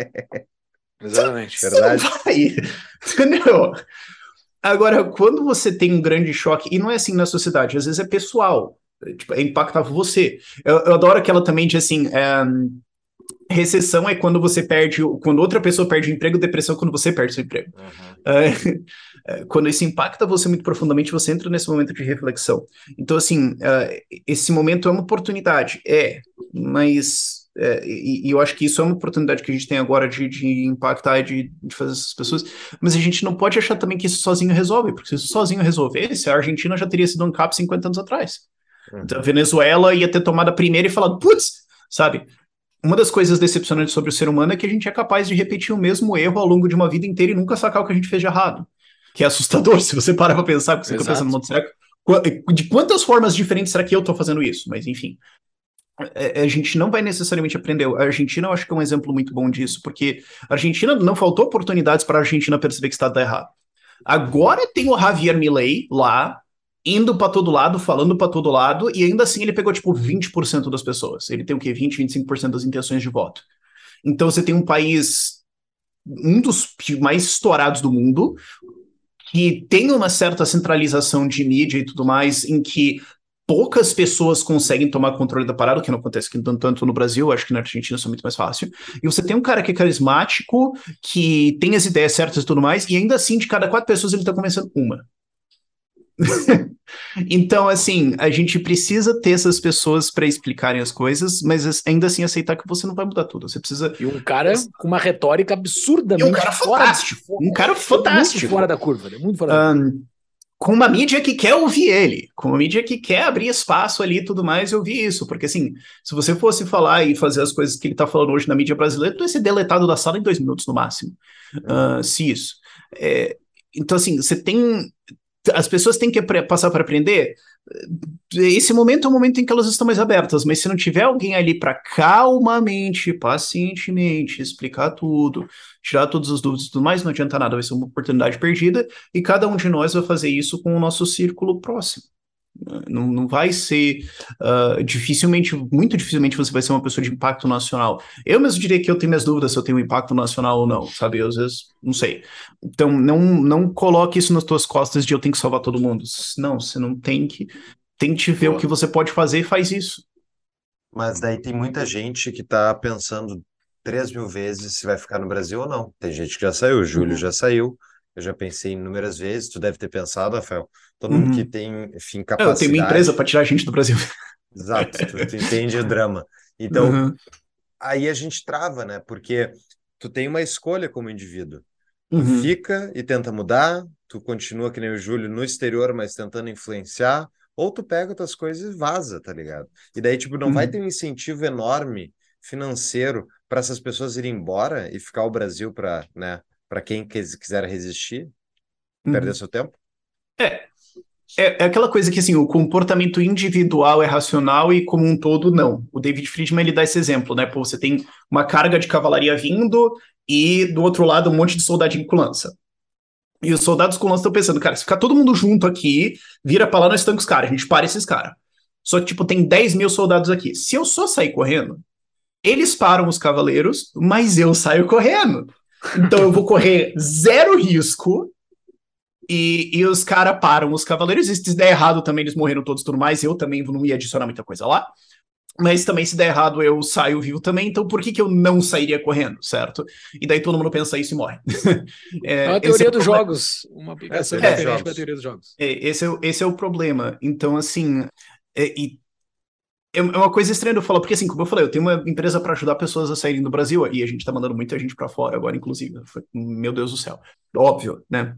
Exatamente. Você Verdade. não vai, entendeu? Agora, quando você tem um grande choque, e não é assim na sociedade, às vezes é pessoal, é, tipo, é impactar você. Eu, eu adoro aquela também de assim, é, recessão é quando você perde, quando outra pessoa perde o emprego, depressão é quando você perde seu emprego. Uhum. É, é, quando isso impacta você muito profundamente, você entra nesse momento de reflexão. Então, assim, é, esse momento é uma oportunidade, é, mas... É, e, e eu acho que isso é uma oportunidade que a gente tem agora de, de impactar e de, de fazer essas pessoas, mas a gente não pode achar também que isso sozinho resolve, porque se isso sozinho resolvesse, a Argentina já teria sido um cap cinquenta anos atrás. Uhum. Então, a Venezuela ia ter tomado a primeira e falado, putz, sabe? Uma das coisas decepcionantes sobre o ser humano é que a gente é capaz de repetir o mesmo erro ao longo de uma vida inteira e nunca sacar o que a gente fez de errado. Que é assustador, se você parar pra pensar, porque você fica pensando, "Mano, será que, de quantas formas diferentes será que eu tô fazendo isso?" Mas, enfim. A gente não vai necessariamente aprender. A Argentina, eu acho que é um exemplo muito bom disso, porque a Argentina não faltou oportunidades para a Argentina perceber que está dando errado. Agora tem o Javier Milei lá, indo para todo lado, falando para todo lado, e ainda assim ele pegou tipo vinte por cento das pessoas. Ele tem o quê? vinte, vinte e cinco por cento das intenções de voto. Então você tem um país, um dos mais estourados do mundo, que tem uma certa centralização de mídia e tudo mais, em que poucas pessoas conseguem tomar controle da parada, o que não acontece tanto no Brasil, acho que na Argentina isso é muito mais fácil. E você tem um cara que é carismático, que tem as ideias certas e tudo mais, e ainda assim, de cada quatro pessoas, ele tá convencendo uma. Então, assim, a gente precisa ter essas pessoas para explicarem as coisas, mas ainda assim aceitar que você não vai mudar tudo. Você precisa... E um cara com uma retórica absurdamente E um cara fora, fantástico. Um cara fantástico. Muito fora da curva, né? Muito fora da curva. Um, com uma mídia que quer ouvir ele, com uma mídia que quer abrir espaço ali e tudo mais e ouvir isso, porque assim, se você fosse falar e fazer as coisas que ele tá falando hoje na mídia brasileira, tu ia ser deletado da sala em dois minutos no máximo, uh, se isso. É, então assim, você tem... As pessoas têm que passar para aprender. Esse momento é o momento em que elas estão mais abertas, mas se não tiver alguém ali para calmamente, pacientemente explicar tudo, tirar todas as dúvidas e tudo mais, não adianta nada, vai ser uma oportunidade perdida e cada um de nós vai fazer isso com o nosso círculo próximo. Não, não vai ser uh, dificilmente, muito dificilmente você vai ser uma pessoa de impacto nacional. Eu mesmo diria que eu tenho minhas dúvidas se eu tenho um impacto nacional ou não, sabe? Eu, às vezes, não sei. Então, não, não coloque isso nas tuas costas de eu tenho que salvar todo mundo. Não, você não tem que. Tente ver o que você pode fazer e faz isso. Mas daí tem muita gente que tá pensando três mil vezes se vai ficar no Brasil ou não. Tem gente que já saiu, o Júlio Uhum. já saiu. Eu já pensei inúmeras vezes, tu deve ter pensado, Rafael. Todo Uhum. mundo que tem, enfim, capacidade... Eu tenho minha empresa para tirar a gente do Brasil. Exato, tu, tu entende o drama. Então, Uhum. aí a gente trava, né? Porque tu tem uma escolha como indivíduo. Tu Uhum. fica e tenta mudar, tu continua que nem o Júlio no exterior, mas tentando influenciar, ou tu pega outras coisas e vaza, tá ligado? E daí, tipo, não vai Uhum. ter um incentivo enorme financeiro para essas pessoas irem embora e ficar o Brasil para, né, para quem quis- quiser resistir, perder Uhum. seu tempo? É, É, é aquela coisa que, assim, o comportamento individual é racional e como um todo, não. O David Friedman, ele dá esse exemplo, né? Pô, você tem uma carga de cavalaria vindo e, do outro lado, um monte de soldadinho com lança. E os soldados com lança estão pensando, cara, se ficar todo mundo junto aqui, vira pra lá, nós tancamos os caras, a gente para esses caras. Só que, tipo, tem dez mil soldados aqui. Se eu só sair correndo, eles param os cavaleiros, mas eu saio correndo. Então eu vou correr zero risco. E, e os caras param os cavaleiros, e se der errado também eles morreram todos tudo mais, eu também não ia adicionar muita coisa lá, mas também se der errado eu saio vivo também, então por que que eu não sairia correndo, certo? E daí todo mundo pensa isso e morre. É É, uma esse é teoria o dos problema. jogos, uma aplicação teoria dos diferente jogos. da teoria dos jogos. É, esse, é, o- esse é o problema. Então, assim, é, e é uma coisa estranha de eu falar, porque assim, como eu falei, eu tenho uma empresa para ajudar pessoas a saírem do Brasil, e a gente tá mandando muita gente para fora agora, inclusive. Foi, meu Deus do céu. Óbvio, né?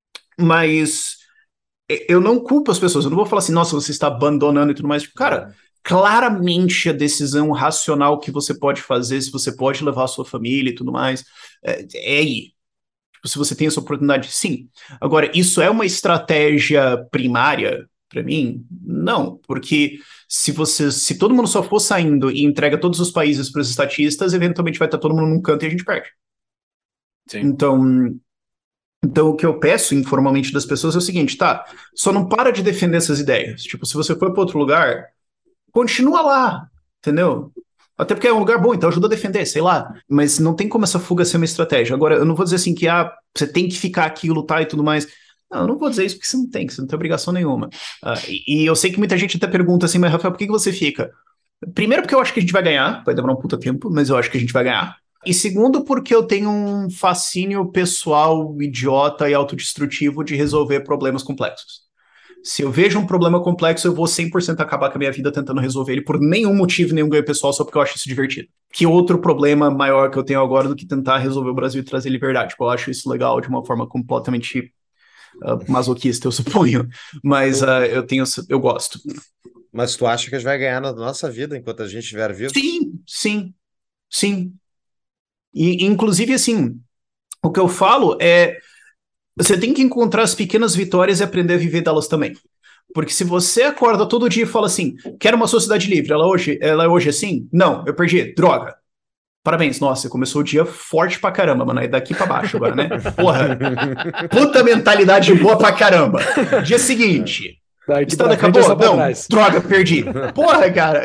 Mas eu não culpo as pessoas, eu não vou falar assim, nossa, você está abandonando e tudo mais. Tipo, cara, claramente a decisão racional que você pode fazer, se você pode levar a sua família e tudo mais, é, é aí. Tipo, se você tem essa oportunidade, sim. Agora, isso é uma estratégia primária para mim? Não, porque se você, se todo mundo só for saindo e entrega todos os países para os estatistas, eventualmente vai estar todo mundo num canto e a gente perde. Sim. Então, então, o que eu peço informalmente das pessoas é o seguinte, tá? Só não para de defender essas ideias. Tipo, se você for para outro lugar, continua lá, entendeu? Até porque é um lugar bom, então ajuda a defender, sei lá. Mas não tem como essa fuga ser uma estratégia. Agora, eu não vou dizer assim que ah, você tem que ficar aqui, lutar e tudo mais. Não, eu não vou dizer isso porque você não tem, você não tem obrigação nenhuma. Uh, e, e eu sei que muita gente até pergunta assim, mas Rafael, por que, que você fica? Primeiro porque eu acho que a gente vai ganhar, vai demorar um puta tempo, mas eu acho que a gente vai ganhar. E segundo porque eu tenho um fascínio pessoal, idiota e autodestrutivo de resolver problemas complexos. Se eu vejo um problema complexo, eu vou cem por cento acabar com a minha vida tentando resolver ele por nenhum motivo, nenhum ganho pessoal, só porque eu acho isso divertido. Que outro problema maior que eu tenho agora do que tentar resolver o Brasil e trazer liberdade? Tipo, eu acho isso legal de uma forma completamente uh, masoquista, eu suponho. Mas uh, eu tenho, eu gosto. Mas tu acha que a gente vai ganhar na nossa vida enquanto a gente estiver vivo? Sim, sim, sim. E, inclusive, assim, o que eu falo é você tem que encontrar as pequenas vitórias e aprender a viver delas também. Porque se você acorda todo dia e fala assim, quero uma sociedade livre, ela hoje, ela é hoje assim? Não, eu perdi, droga. Parabéns, nossa, começou o dia forte pra caramba, mano, é daqui pra baixo agora, né? Porra, puta mentalidade boa pra caramba. Dia seguinte, o estado acabou? Não, droga, perdi. Porra, cara...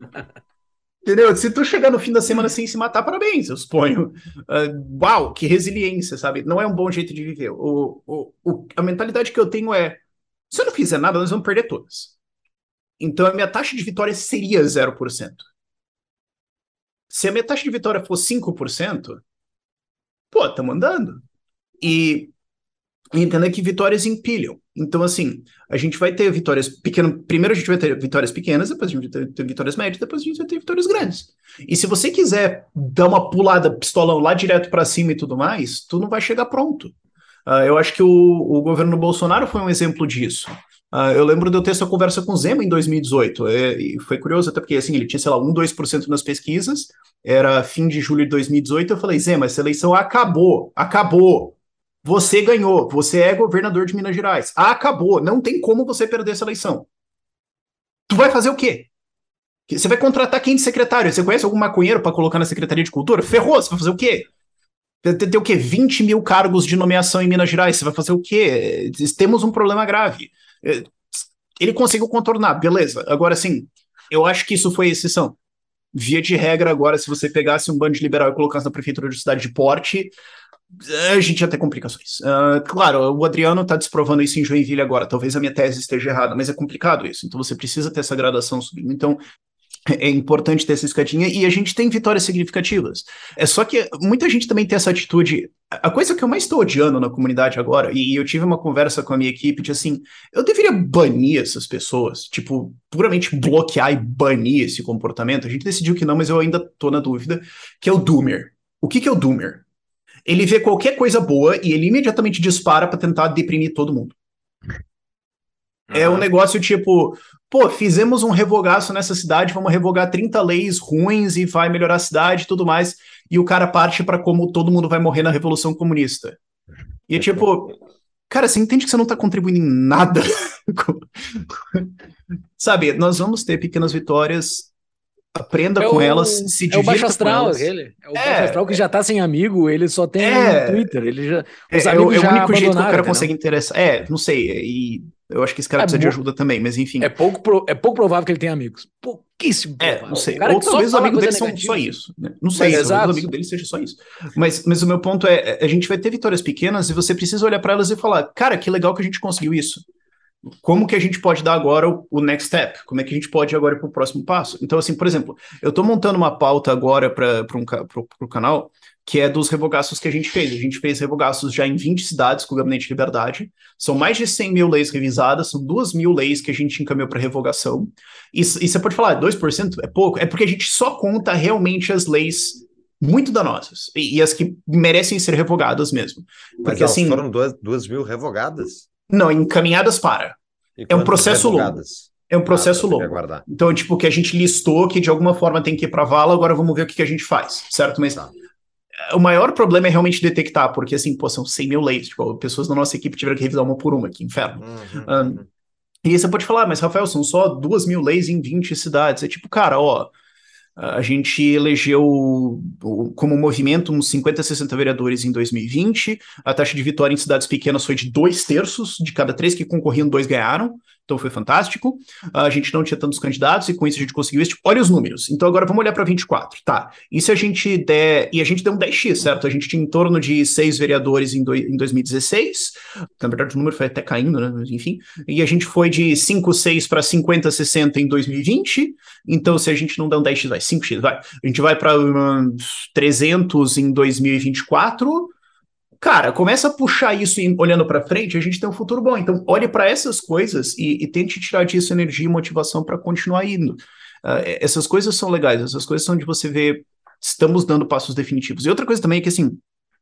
Entendeu? Se tu chegar no fim da semana sem se matar, parabéns, eu suponho. Uh, uau, que resiliência, sabe? Não é um bom jeito de viver. O, o, o, a mentalidade que eu tenho é, se eu não fizer nada, nós vamos perder todas. Então a minha taxa de vitória seria zero por cento. Se a minha taxa de vitória for cinco por cento, pô, estamos andando. E entender que vitórias empilham. Então, assim, a gente vai ter vitórias pequenas. Primeiro a gente vai ter vitórias pequenas, depois a gente vai ter vitórias médias, depois a gente vai ter vitórias grandes. E se você quiser dar uma pulada pistolão lá direto para cima e tudo mais, tu não vai chegar pronto. Uh, eu acho que o, o governo Bolsonaro foi um exemplo disso. Uh, eu lembro de eu ter essa conversa com o Zema em dois mil e dezoito. É, e foi curioso, até porque assim, ele tinha, sei lá, um, dois por cento nas pesquisas. Era fim de julho de dois mil e dezoito. Eu falei, Zema, essa eleição acabou. Acabou. Você ganhou, você é governador de Minas Gerais. Ah, acabou, não tem como você perder essa eleição. Tu vai fazer o quê? Você vai contratar quem de secretário? Você conhece algum maconheiro para colocar na Secretaria de Cultura? Ferrou, você vai fazer o quê? Tem, tem o quê? vinte mil cargos de nomeação em Minas Gerais, você vai fazer o quê? Temos um problema grave. Ele conseguiu contornar, beleza. Agora, sim, eu acho que isso foi exceção. Via de regra, agora, se você pegasse um bando de liberal e colocasse na prefeitura de cidade de porte... a gente ia ter complicações. Uh, claro, o Adriano está desprovando isso em Joinville agora. Talvez a minha tese esteja errada, mas é complicado isso. Então você precisa ter essa gradação subindo. Então é importante ter essa escadinha e a gente tem vitórias significativas. É só que muita gente também tem essa atitude. A coisa que eu mais estou odiando na comunidade agora, e eu tive uma conversa com a minha equipe de assim, eu deveria banir essas pessoas, tipo, puramente bloquear e banir esse comportamento. A gente decidiu que não, mas eu ainda tô na dúvida, que é o Doomer. O que, que é o Doomer? Ele vê qualquer coisa boa e ele imediatamente dispara para tentar deprimir todo mundo. Uhum. É um negócio tipo, pô, fizemos um revogaço nessa cidade, vamos revogar trinta leis ruins e vai melhorar a cidade e tudo mais, e o cara parte para como todo mundo vai morrer na Revolução Comunista. E é tipo, cara, você entende que você não tá contribuindo em nada? Sabe, nós vamos ter pequenas vitórias... Aprenda é com o, elas, se divirta É o baixo astral, com aquele. É o é, baixo astral que já tá sem amigo, ele só tem é, no Twitter. Ele já, os é, amigos é, já é o único jeito que o cara entendeu? consegue interessar. É, não sei. E eu acho que esse cara é precisa de ajuda também, mas enfim. É pouco, pro, é pouco provável que ele tenha amigos. Pouquíssimo provável. É, não sei. Ou talvez os amigos dele são só isso. Né? Não sei, mas, talvez o amigo dele seja só isso. Mas, mas o meu ponto é, a gente vai ter vitórias pequenas e você precisa olhar para elas e falar, cara, que legal que a gente conseguiu isso. como que a gente pode dar agora o, o next step? Como é que a gente pode agora ir para o próximo passo? Então, assim, por exemplo, eu estou montando uma pauta agora para um, o canal, que é dos revogaços que a gente fez. A gente fez revogaços já em vinte cidades com o Gabinete de Liberdade. São mais de cem mil leis revisadas, são duas mil leis que a gente encaminhou para revogação. E, e você pode falar, dois por cento é pouco? É porque a gente só conta realmente as leis muito danosas e, e as que merecem ser revogadas mesmo. Mas porque, elas assim, foram duas, duas mil revogadas? Não, encaminhadas para. E É um quantas processo longo. revogadas? É um Ah, processo tá, tem que longo. aguardar. Então, tipo, que a gente listou que de alguma forma tem que ir para vala, agora vamos ver o que, que a gente faz, certo? Mas Tá. o maior problema é realmente detectar, porque assim, pô, são cem mil leis, tipo, pessoas da nossa equipe tiveram que revisar uma por uma, que inferno. Uhum, Um, uhum. e aí você pode falar, mas Rafael, são só duas mil leis em vinte cidades. É tipo, cara, ó, a gente elegeu o- como movimento uns cinquenta, sessenta vereadores em dois mil e vinte. A taxa de vitória em cidades pequenas foi de dois terços, de cada três que concorriam, dois ganharam. Então foi fantástico. A gente não tinha tantos candidatos e com isso a gente conseguiu isso. Tipo, olha os números. Então agora vamos olhar para vinte e quatro. Tá. E se a gente der. E a gente deu um dez x, certo? A gente tinha em torno de seis vereadores em, do... em dois mil e dezesseis. Na verdade, o número foi até caindo, né? Mas enfim. E a gente foi de cinco, seis para cinquenta, sessenta em dois mil e vinte. Então, se a gente não der um dez x, vai cinco x, vai. A gente vai para um, trezentos em dois mil e vinte e quatro. Cara, começa a puxar isso e olhando para frente, a gente tem um futuro bom. Então, olhe para essas coisas e, e tente tirar disso energia e motivação para continuar indo. Uh, essas coisas são legais, essas coisas são de você ver, estamos dando passos definitivos. E outra coisa também é que, assim,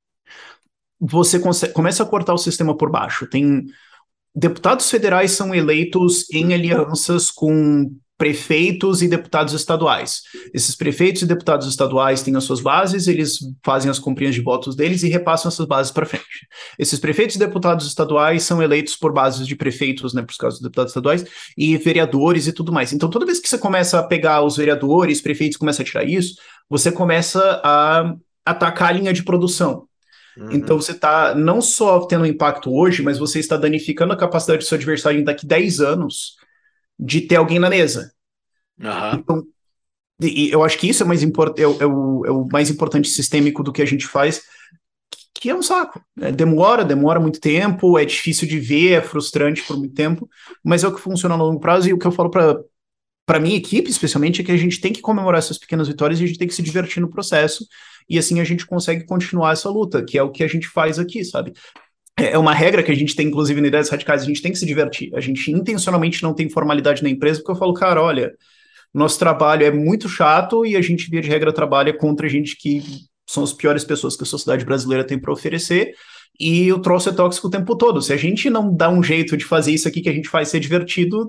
você consegue, começa a cortar o sistema por baixo. Tem deputados federais são eleitos em alianças com prefeitos e deputados estaduais. Esses prefeitos e deputados estaduais têm as suas bases, eles fazem as comprinhas de votos deles e repassam essas bases para frente. Esses prefeitos e deputados estaduais são eleitos por bases de prefeitos, né, por causa dos deputados estaduais, e vereadores e tudo mais. Então, toda vez que você começa a pegar os vereadores, prefeitos, começa a tirar isso, você começa a atacar a linha de produção. Uhum. Então você está não só tendo um impacto hoje, mas você está danificando a capacidade do seu adversário daqui dez anos de ter alguém na mesa. Aham. Então, e, e eu acho que isso é, mais import, é, o- é o, é o mais importante sistêmico do que a gente faz, que é um saco. É, demora, demora muito tempo, é difícil de ver, é frustrante por muito tempo, mas é o que funciona no longo prazo e o que eu falo para para minha equipe, especialmente, é que a gente tem que comemorar essas pequenas vitórias e a gente tem que se divertir no processo, e assim a gente consegue continuar essa luta, que é o que a gente faz aqui, sabe? É é uma regra que a gente tem, inclusive, na Ideias Radicais, a gente tem que se divertir. A gente intencionalmente não tem formalidade na empresa, porque eu falo, cara, olha, nosso trabalho é muito chato e a gente, via de regra, trabalha contra gente que são as piores pessoas que a sociedade brasileira tem para oferecer, e o troço é tóxico o tempo todo. Se a gente não dá um jeito de fazer isso aqui que a gente faz ser divertido,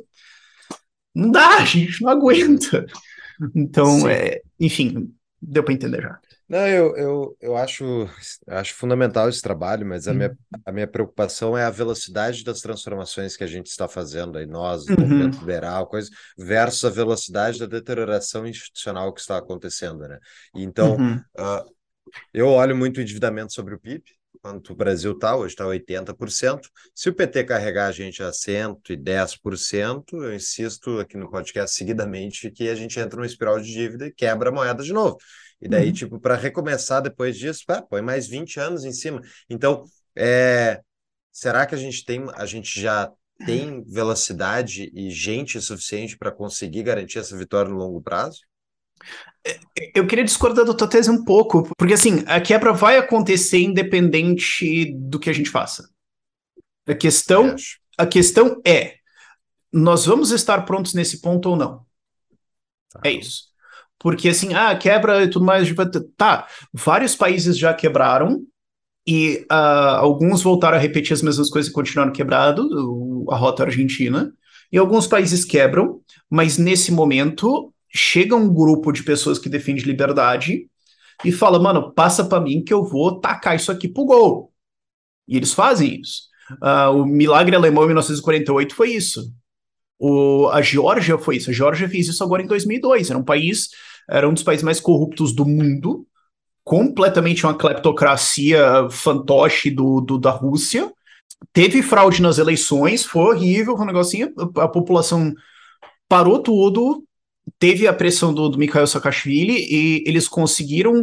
não dá, a gente não aguenta. Então, Sim. é, enfim, deu para entender já. Não, eu, eu, eu acho, eu acho fundamental esse trabalho, mas a Uhum. minha, a minha preocupação é a velocidade das transformações que a gente está fazendo aí, nós, Uhum. movimento liberal, coisa, versus a velocidade da deterioração institucional que está acontecendo, né? Então, Uhum. ah, eu olho muito o endividamento sobre o P I B, quanto o Brasil está, hoje está oitenta por cento. Se o P T carregar a gente a cento e dez por cento, eu insisto aqui no podcast seguidamente que a gente entra numa espiral de dívida e quebra a moeda de novo. E daí, Uhum. tipo, para recomeçar depois disso, pá, põe mais vinte anos em cima. Então, é, será que a gente tem, a gente já tem velocidade e gente suficiente para conseguir garantir essa vitória no longo prazo? Eu queria discordar da tua tese um pouco, porque assim, a quebra vai acontecer independente do que a gente faça. A questão, Acho. a questão é, nós vamos estar prontos nesse ponto ou não? É isso. Porque assim, ah, quebra e tudo mais, tipo, tá, vários países já quebraram e ah, alguns voltaram a repetir as mesmas coisas e continuaram quebrados, o- a rota argentina, e alguns países quebram, mas nesse momento chega um grupo de pessoas que defende liberdade e fala, mano, passa pra mim que eu vou tacar isso aqui pro gol. E eles fazem isso. Ah, o milagre alemão em mil novecentos e quarenta e oito foi isso. O, a Geórgia foi isso. A Geórgia fez isso agora em dois mil e dois. Era um país, era um dos países mais corruptos do mundo, completamente uma cleptocracia fantoche do, do, da Rússia. Teve fraude nas eleições, foi horrível, foi um negocinho. A, a população parou tudo, teve a pressão do, do Mikhail Saakashvili e eles conseguiram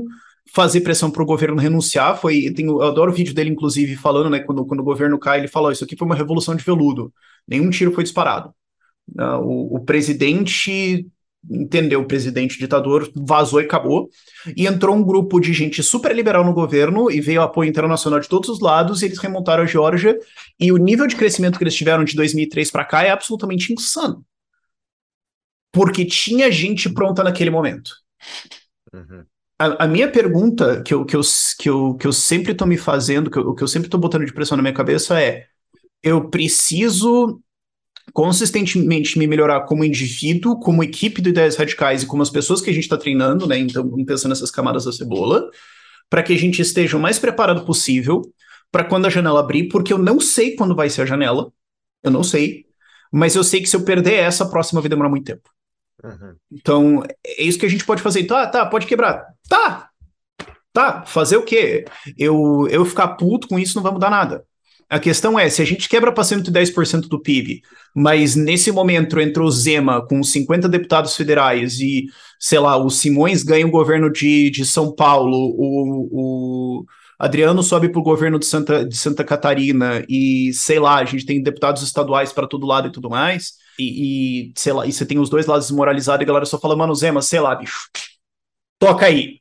fazer pressão para o governo renunciar. Foi, tem, eu adoro o vídeo dele, inclusive, falando, né, quando, quando o governo cai, ele falou, isso aqui foi uma revolução de veludo, nenhum tiro foi disparado. Uh, o, o presidente entendeu, o presidente ditador vazou e acabou, e entrou um grupo de gente super liberal no governo, e veio apoio internacional de todos os lados, e eles remontaram a Geórgia, e o nível de crescimento que eles tiveram de dois mil e três para cá é absolutamente insano. Porque tinha gente pronta naquele momento. Uhum. A, a minha pergunta, que eu, que, eu, que, eu, que eu sempre tô me fazendo, que eu, que eu sempre tô botando de pressão na minha cabeça é, eu preciso consistentemente me melhorar como indivíduo, como equipe do Ideias Radicais e como as pessoas que a gente está treinando, né? Então, pensando nessas camadas da cebola, para que a gente esteja o mais preparado possível para quando a janela abrir, porque eu não sei quando vai ser a janela, eu não sei, mas eu sei que se eu perder essa, a próxima vai demorar muito tempo. Uhum. Então, é isso que a gente pode fazer. Tá, tá, pode quebrar. Tá, tá, fazer o quê? Eu, eu ficar puto com isso não vai mudar nada. A questão é, se a gente quebra para cento e dez por cento do P I B, mas nesse momento entra o Zema com cinquenta deputados federais e, sei lá, o Simões ganha o governo de, de São Paulo, o, o Adriano sobe para o governo de Santa, de Santa Catarina e, sei lá, a gente tem deputados estaduais para todo lado e tudo mais, e, e, sei lá, e você tem os dois lados desmoralizados e a galera só fala, mano, Zema, sei lá, bicho, toca aí.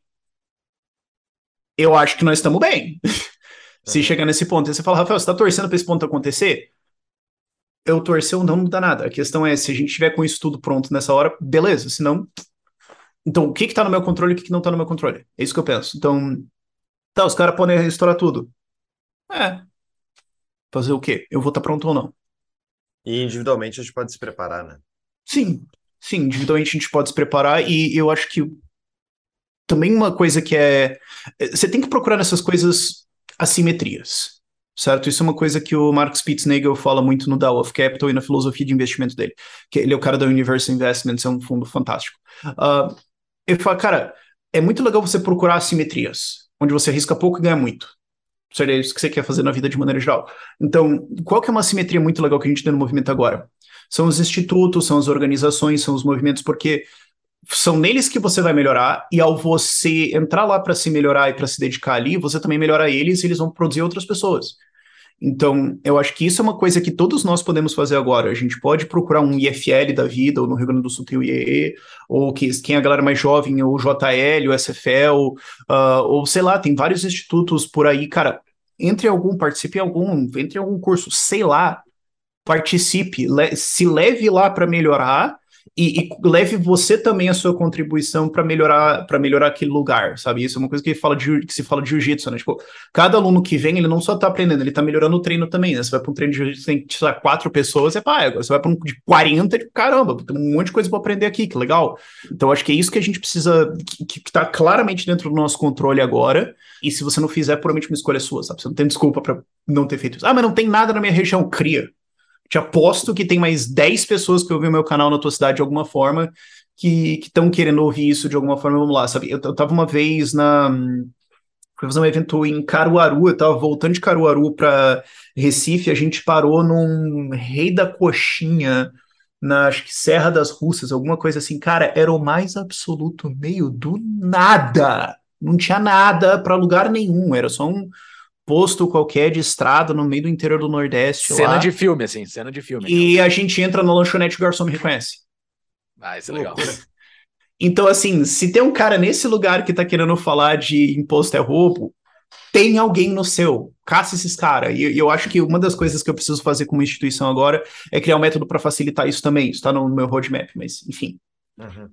Eu acho que nós estamos bem. Se Uhum. chegar nesse ponto, e você fala, Rafael, você tá torcendo para esse ponto acontecer? Eu torcer ou não, não dá nada. A questão é, se a gente tiver com isso tudo pronto nessa hora, beleza. Se não, então o que que tá no meu controle e o que que não tá no meu controle? É isso que eu penso. Então, tá, os caras podem restaurar tudo. É, fazer o quê? Eu vou estar pronto ou não? E individualmente a gente pode se preparar, né? Sim, sim, individualmente a gente pode se preparar e eu acho que também uma coisa que é... Você tem que procurar nessas coisas assimetrias, certo? Isso é uma coisa que o Mark Spitznagel fala muito no Dow of Capital e na filosofia de investimento dele, que ele é o cara da Universal Investments, é um fundo fantástico. Uh, ele fala, cara, é muito legal você procurar assimetrias, onde você arrisca pouco e ganha muito. Seria isso que você quer fazer na vida de maneira geral. Então, qual que é uma assimetria muito legal que a gente tem no movimento agora? São os institutos, são as organizações, são os movimentos, porque são neles que você vai melhorar, e ao você entrar lá para se melhorar e para se dedicar ali, você também melhora eles e eles vão produzir outras pessoas. Então, eu acho que isso é uma coisa que todos nós podemos fazer agora. A gente pode procurar um I F L da vida, ou no Rio Grande do Sul tem o I E E, ou que, quem é a galera mais jovem, o J L, o S F L, uh, ou sei lá, tem vários institutos por aí. Cara, entre em algum, participe em algum, entre em algum curso, sei lá, participe, le se leve lá para melhorar e, e leve você também a sua contribuição para melhorar para melhorar aquele lugar, sabe? Isso é uma coisa que, fala de, que se fala de jiu-jitsu, né? Tipo, cada aluno que vem, ele não só tá aprendendo, ele tá melhorando o treino também, né? Você vai para um treino de jiu-jitsu, tem sei lá, quatro pessoas, é pá, agora você vai para um de quarenta, tipo, caramba, tem um monte de coisa para aprender aqui, que legal. Então, acho que é isso que a gente precisa, que, que tá claramente dentro do nosso controle agora, e se você não fizer, puramente uma escolha sua, sabe? Você não tem desculpa para não ter feito isso. Ah, mas não tem nada na minha região, cria. Te aposto que tem mais dez pessoas que ouvem o meu canal na tua cidade de alguma forma que estão querendo ouvir isso de alguma forma. Vamos lá, sabe? Eu, eu tava uma vez na. Fui fazer um evento em Caruaru, eu tava voltando de Caruaru para Recife, a gente parou num Rei da Coxinha, na acho que Serra das Russas, alguma coisa assim. Cara, era o mais absoluto meio do nada. Não tinha nada para lugar nenhum, era só um posto qualquer de estrada no meio do interior do Nordeste Cena lá. de filme, assim, cena de filme. E aquela. a gente entra na lanchonete e o garçom me reconhece. Ah, isso é legal. Então, assim, se tem um cara nesse lugar que tá querendo falar de imposto é roubo, tem alguém no seu. Caça esses caras. E eu acho que uma das coisas que eu preciso fazer como instituição agora é criar um método para facilitar isso também. Isso tá no meu roadmap, mas enfim. Uhum.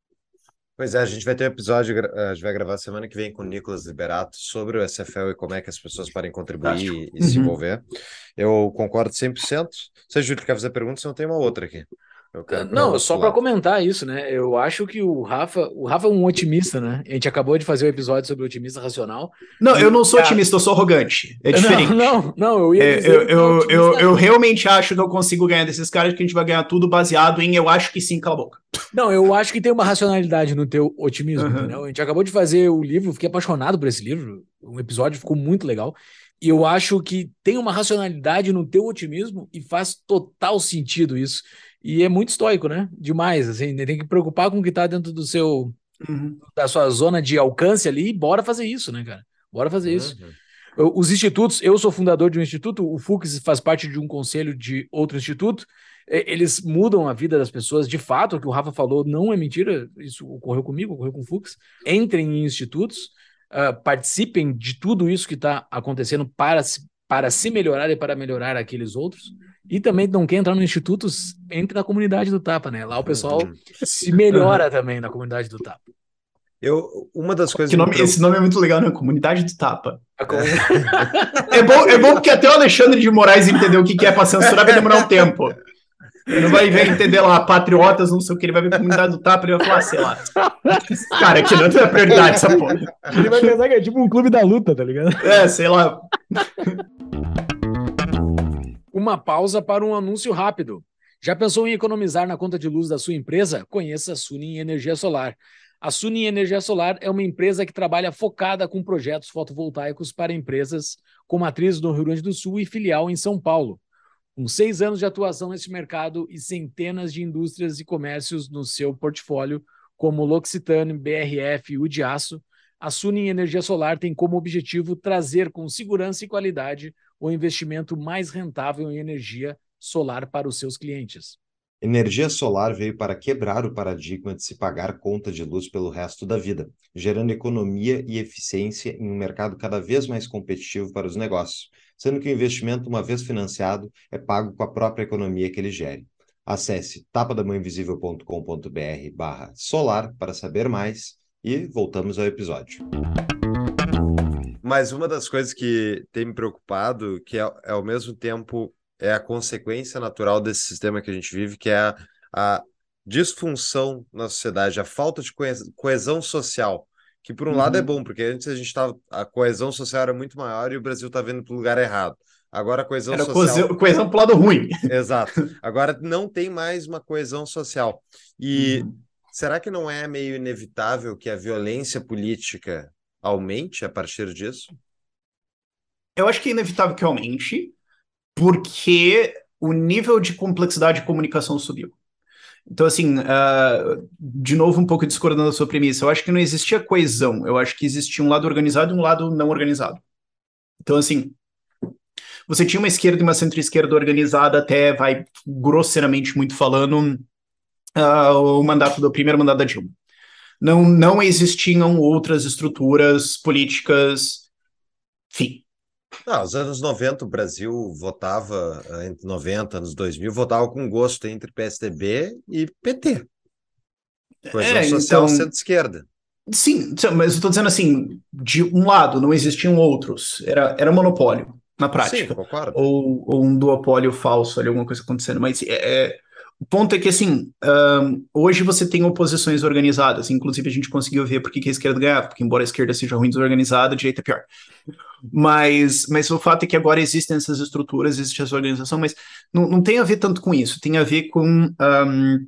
Pois é, a gente vai ter um episódio, a gente vai gravar semana que vem com o Nicolas Liberato sobre o S F L e como é que as pessoas podem contribuir e, e se Uhum. envolver. Eu concordo cem por cento. Se a Júlio quer fazer pergunta, se não tem uma outra aqui. Eu quero correr Não, o só outro para lado. comentar isso, né? Eu acho que o Rafa, o Rafa é um otimista, né? A gente acabou de fazer um episódio sobre o otimista racional. Não, E eu não sou a- otimista, eu sou arrogante. É Não, diferente. não, não, eu ia É, dizer eu, que tu é eu, eu, otimista. eu realmente acho que eu consigo ganhar desses caras, que a gente vai ganhar tudo baseado em eu acho que sim, cala a boca. Não, eu acho que tem uma racionalidade no teu otimismo, entendeu? Uhum. A gente acabou de fazer o livro, fiquei apaixonado por esse livro, um episódio ficou muito legal. E eu acho que tem uma racionalidade no teu otimismo e faz total sentido isso. E é muito estoico, né? Demais, assim, tem que preocupar com o que tá dentro do seu Uhum. da sua zona de alcance ali, bora fazer isso, né, cara? Bora fazer isso. Uhum. Os institutos, eu sou fundador de um instituto, o Fux faz parte de um conselho de outro instituto, eles mudam a vida das pessoas, de fato, o que o Rafa falou não é mentira, isso ocorreu comigo, ocorreu com o Fux. Entrem em institutos, uh, participem de tudo isso que está acontecendo para se, para se melhorar e para melhorar aqueles outros. E também não quer entrar no instituto, entre na comunidade do Tapa, né? Lá o pessoal Uhum. se melhora também na comunidade do Tapa. Eu, uma das coisas Que que me nome, preocupa- esse nome é muito legal, né? Comunidade do Tapa. A com- É bom, é bom porque até o Alexandre de Moraes entendeu o que que é pra censurar, vai demorar um tempo. Ele não vai ver entender lá, patriotas, não sei o que, ele vai ver comunidade do Tapa, ele vai falar, sei lá. Cara, aqui não é prioridade essa porra. Ele vai pensar que é tipo um clube da luta, tá ligado? É, sei lá. Uma pausa para um anúncio rápido. Já pensou em economizar na conta de luz da sua empresa? Conheça a Sunin Energia Solar. A Sunin Energia Solar é uma empresa que trabalha focada com projetos fotovoltaicos para empresas com matriz no Rio Grande do Sul e filial em São Paulo. Com seis anos de atuação nesse mercado e centenas de indústrias e comércios no seu portfólio, como L'Occitane, B R F e Udiaço, a Sunin Energia Solar tem como objetivo trazer com segurança e qualidade o investimento mais rentável em energia solar para os seus clientes. Energia solar veio para quebrar o paradigma de se pagar conta de luz pelo resto da vida, gerando economia e eficiência em um mercado cada vez mais competitivo para os negócios, sendo que o investimento, uma vez financiado, é pago com a própria economia que ele gere. Acesse tapadamãoinvisível.com.br barra solar para saber mais e voltamos ao episódio. Mas uma das coisas que tem me preocupado, que é, é ao mesmo tempo é a consequência natural desse sistema que a gente vive, que é a, a disfunção na sociedade, a falta de coesão social, que por um Uhum. lado é bom, porque antes a gente tava, a coesão social era muito maior e o Brasil está vendo para o lugar errado. Agora a coesão Era social... coesão, coesão pro lado ruim. Exato. Agora não tem mais uma coesão social. E Uhum. será que não é meio inevitável que a violência política aumente a partir disso? Eu acho que é inevitável que aumente, porque o nível de complexidade de comunicação subiu. Então, assim, uh, de novo, um pouco discordando da sua premissa, eu acho que não existia coesão, eu acho que existia um lado organizado e um lado não organizado. Então, assim, você tinha uma esquerda e uma centro-esquerda organizada até, vai, grosseiramente muito falando, uh, o mandato do o primeiro mandato da Dilma. Não, não existiam outras estruturas políticas, enfim. Ah, nos anos noventa, o Brasil votava, entre noventa e anos dois mil, votava com gosto entre P S D B e P T. Coesão É, social então, centro-esquerda. sim, mas eu estou dizendo assim, de um lado não existiam outros, era, era monopólio, na Sim, prática. concordo. Ou, ou um duopólio falso ali, alguma coisa acontecendo. Mas é, é, o ponto é que, assim, um, hoje você tem oposições organizadas, inclusive a gente conseguiu ver por que que a esquerda ganhava, porque embora a esquerda seja ruim desorganizada, a direita é pior. Mas, mas o fato é que agora existem essas estruturas, existe essa organização, mas não, não tem a ver tanto com isso, tem a ver com um,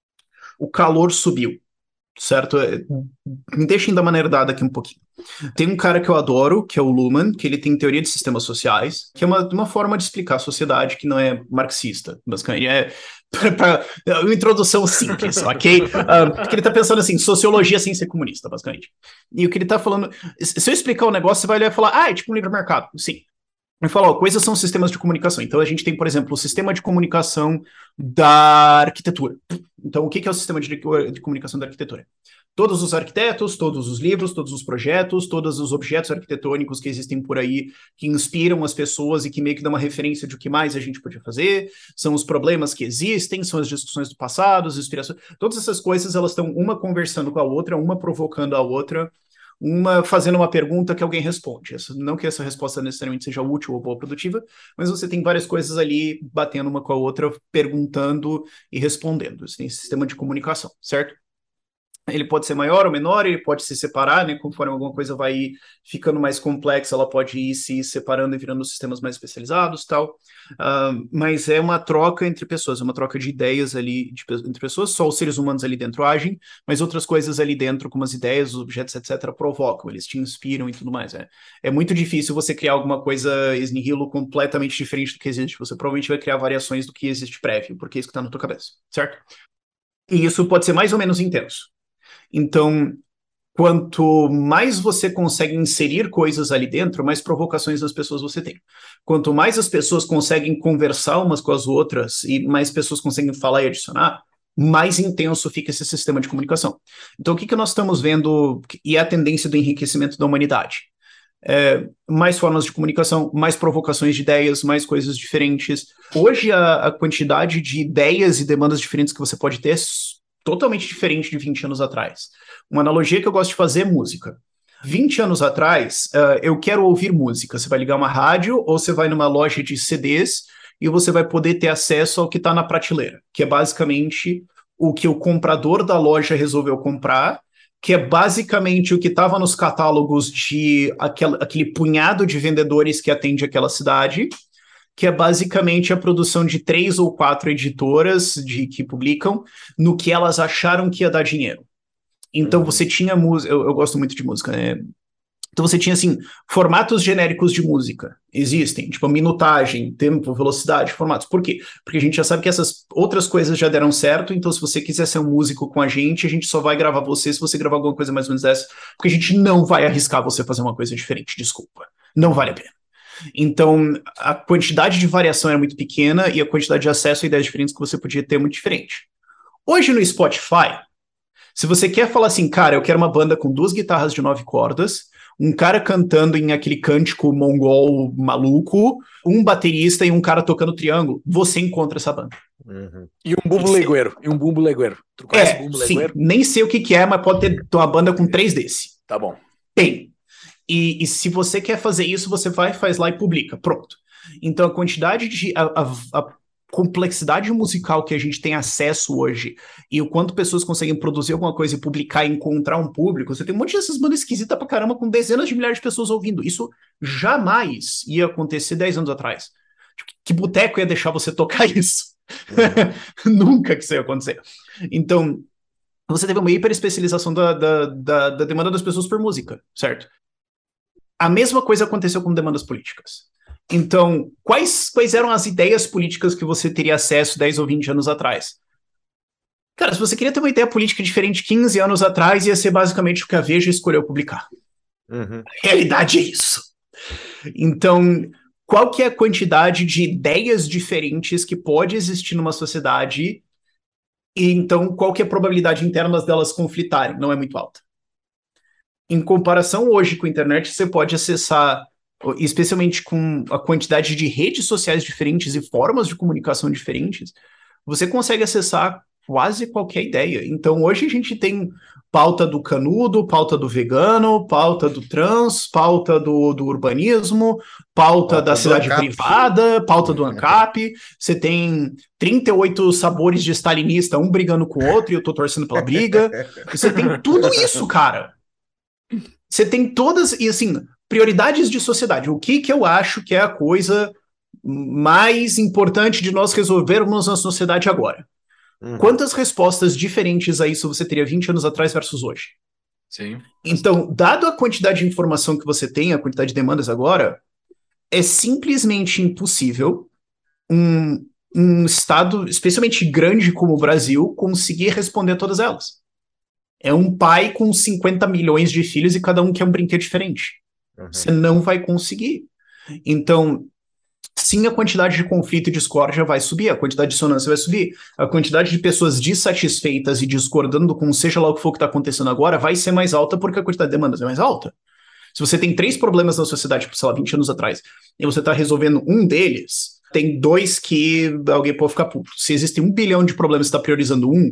o calor subiu, certo? Me deixem dar uma nerdada aqui um pouquinho. Tem um cara que eu adoro, que é o Luhmann, que ele tem teoria de sistemas sociais, que é uma, uma forma de explicar a sociedade que não é marxista, basicamente. É para uma introdução simples, ok? Uh, porque ele tá pensando assim, sociologia sem ser comunista, basicamente. E o que ele tá falando, se eu explicar o negócio, você vai olhar e falar, ah, é tipo um livre mercado. Sim. Ele fala, ó, coisas são sistemas de comunicação. Então a gente tem, por exemplo, o sistema de comunicação da arquitetura. Então o que é o sistema de, de comunicação da arquitetura? Todos os arquitetos, todos os livros, todos os projetos, todos os objetos arquitetônicos que existem por aí, que inspiram as pessoas e que meio que dão uma referência de o que mais a gente podia fazer, são os problemas que existem, são as discussões do passado, as inspirações, todas essas coisas, elas estão uma conversando com a outra, uma provocando a outra, uma fazendo uma pergunta que alguém responde. Não que essa resposta necessariamente seja útil ou boa produtiva, mas você tem várias coisas ali batendo uma com a outra, perguntando e respondendo. Você tem esse sistema de comunicação, certo? Ele pode ser maior ou menor, ele pode se separar, né? Conforme alguma coisa vai ficando mais complexa, ela pode ir se separando e virando sistemas mais especializados, tal. Uh, mas é uma troca entre pessoas, é uma troca de ideias ali de, entre pessoas. Só os seres humanos ali dentro agem, mas outras coisas ali dentro, como as ideias, os objetos, etcétera, provocam, eles te inspiram e tudo mais. É, é muito difícil você criar alguma coisa ex nihilo completamente diferente do que existe. Você provavelmente vai criar variações do que existe prévio, porque é isso que está na tua cabeça, certo? E isso pode ser mais ou menos intenso. Então, quanto mais você consegue inserir coisas ali dentro, mais provocações das pessoas você tem. Quanto mais as pessoas conseguem conversar umas com as outras e mais pessoas conseguem falar e adicionar, mais intenso fica esse sistema de comunicação. Então, o que, que nós estamos vendo, e é a tendência do enriquecimento da humanidade? É, mais formas de comunicação, mais provocações de ideias, mais coisas diferentes. Hoje, a, a quantidade de ideias e demandas diferentes que você pode ter é totalmente diferente de vinte anos atrás. Uma analogia que eu gosto de fazer é música. vinte anos atrás, uh, eu quero ouvir música. Você vai ligar uma rádio ou você vai numa loja de C Ds e você vai poder ter acesso ao que está na prateleira, que é basicamente o que o comprador da loja resolveu comprar, que é basicamente o que estava nos catálogos de aquel, aquele punhado de vendedores que atende aquela cidade, que é basicamente a produção de três ou quatro editoras de, que publicam no que elas acharam que ia dar dinheiro. Então, uhum. você tinha música... Eu, eu gosto muito de música, né? Então, você tinha, assim, formatos genéricos de música. Existem, tipo, minutagem, tempo, velocidade, formatos. Por quê? Porque a gente já sabe que essas outras coisas já deram certo, então, se você quiser ser um músico com a gente, a gente só vai gravar você se você gravar alguma coisa mais ou menos dessa, porque a gente não vai arriscar você fazer uma coisa diferente, desculpa. Não vale a pena. Então, a quantidade de variação era muito pequena e a quantidade de acesso a ideias diferentes que você podia ter é muito diferente. Hoje, no Spotify, se você quer falar assim, cara, eu quero uma banda com duas guitarras de nove cordas, um cara cantando em aquele cântico mongol maluco, um baterista e um cara tocando triângulo, você encontra essa banda. Uhum. E um bumbo legueiro. E um bumbo legueiro. Tu conhece é, bumbo sim, legueiro? Nem sei o que, que é, mas pode ter uma banda com três desse. Tá bom. Tem. E, e se você quer fazer isso, você vai, faz lá e publica. Pronto. Então a quantidade de... A, a, a complexidade musical que a gente tem acesso hoje e o quanto pessoas conseguem produzir alguma coisa e publicar e encontrar um público, você tem um monte dessas bandas esquisitas pra caramba com dezenas de milhares de pessoas ouvindo. Isso jamais ia acontecer dez anos atrás. Que boteco ia deixar você tocar isso? Uhum. Nunca que isso ia acontecer. Então, você teve uma hiperespecialização da, da, da, da demanda das pessoas por música, certo? A mesma coisa aconteceu com demandas políticas. Então, quais, quais eram as ideias políticas que você teria acesso dez ou vinte anos atrás? Cara, se você queria ter uma ideia política diferente quinze anos atrás, ia ser basicamente o que a Veja escolheu publicar. Uhum. A realidade é isso. Então, qual que é a quantidade de ideias diferentes que pode existir numa sociedade? E então, qual que é a probabilidade interna delas conflitarem? Não é muito alta. Em comparação hoje com a internet, você pode acessar, especialmente com a quantidade de redes sociais diferentes e formas de comunicação diferentes, você consegue acessar quase qualquer ideia. Então, hoje a gente tem pauta do canudo, pauta do vegano, pauta do trans, pauta do, do urbanismo, pauta, pauta da cidade privada, pauta do ANCAP. Você tem trinta e oito sabores de stalinista, um brigando com o outro, e eu tô torcendo pela briga. Você tem tudo isso, cara. Você tem todas, e assim, prioridades de sociedade. O que que eu acho que é a coisa mais importante de nós resolvermos na sociedade agora? Uhum. Quantas respostas diferentes a isso você teria vinte anos atrás versus hoje? Sim. Então, dado a quantidade de informação que você tem, a quantidade de demandas agora, é simplesmente impossível um, um estado, especialmente grande como o Brasil, conseguir responder a todas elas. É um pai com cinquenta milhões de filhos e cada um quer um brinquedo diferente. Uhum. Você não vai conseguir. Então, sim, a quantidade de conflito e discórdia vai subir, a quantidade de dissonância vai subir, a quantidade de pessoas dissatisfeitas e discordando com seja lá o que for que está acontecendo agora vai ser mais alta porque a quantidade de demandas é mais alta. Se você tem três problemas na sociedade, tipo, sei lá, vinte anos atrás, e você está resolvendo um deles, tem dois que alguém pode ficar puto. Se existe um bilhão de problemas e está priorizando um,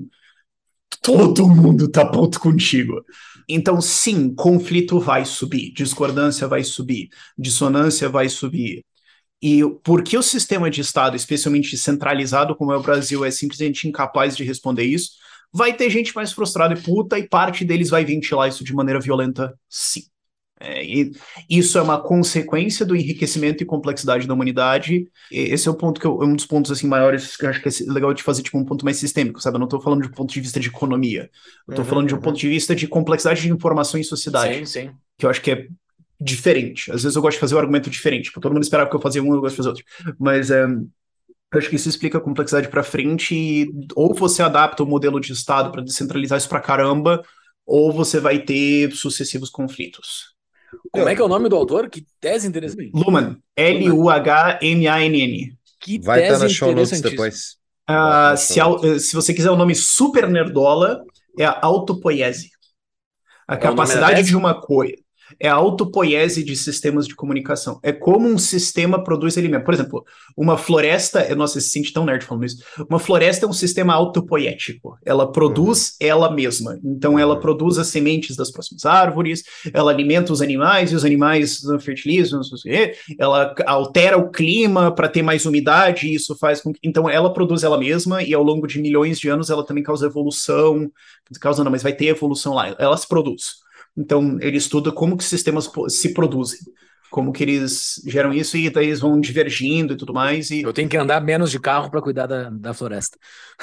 todo mundo tá puto contigo. Então, sim, conflito vai subir, discordância vai subir, dissonância vai subir. E porque o sistema de Estado, especialmente centralizado como é o Brasil, é simplesmente incapaz de responder isso, vai ter gente mais frustrada e puta, e parte deles vai ventilar isso de maneira violenta, sim. É, e isso é uma consequência do enriquecimento e complexidade da humanidade. E esse é o ponto que eu, um dos pontos assim maiores que eu acho que é legal de fazer tipo um ponto mais sistêmico, sabe? Eu não estou falando de um ponto de vista de economia, eu estou uhum, falando de um uhum. ponto de vista de complexidade de informação em sociedade, sim, sim. que eu acho que é diferente. Às vezes eu gosto de fazer um argumento diferente, tipo, todo mundo esperava que eu fazia um, eu gosto de fazer outro, mas é, eu acho que isso explica a complexidade para frente, e ou você adapta o modelo de Estado para descentralizar isso pra caramba, ou você vai ter sucessivos conflitos. Como é que é o nome do autor? Que tese interessante. Luhmann, L U H M A N N. Que Vai estar tese nas show notes interessantíssima. depois. Ah, Bota se, no show au- notes. se você quiser o nome super nerdola, é a autopoiese. A É o nome da capacidade tese? de uma coisa. É a autopoiese de sistemas de comunicação. É como um sistema produz ele mesmo. Por exemplo, uma floresta, eu nossa, se sente tão nerd falando isso. Uma floresta é um sistema autopoético. Ela produz ela mesma. Então ela Uhum. produz as sementes das próximas árvores, ela alimenta os animais e os animais fertilizam, não sei o quê. Ela altera o clima para ter mais umidade, e isso faz com que. Então ela produz ela mesma e ao longo de milhões de anos ela também causa evolução. Causa não, mas vai ter evolução lá. Ela se produz. Então, ele estuda como que sistemas se produzem, como que eles geram isso, e daí eles vão divergindo e tudo mais. E... Eu tenho que andar menos de carro para cuidar da, da floresta.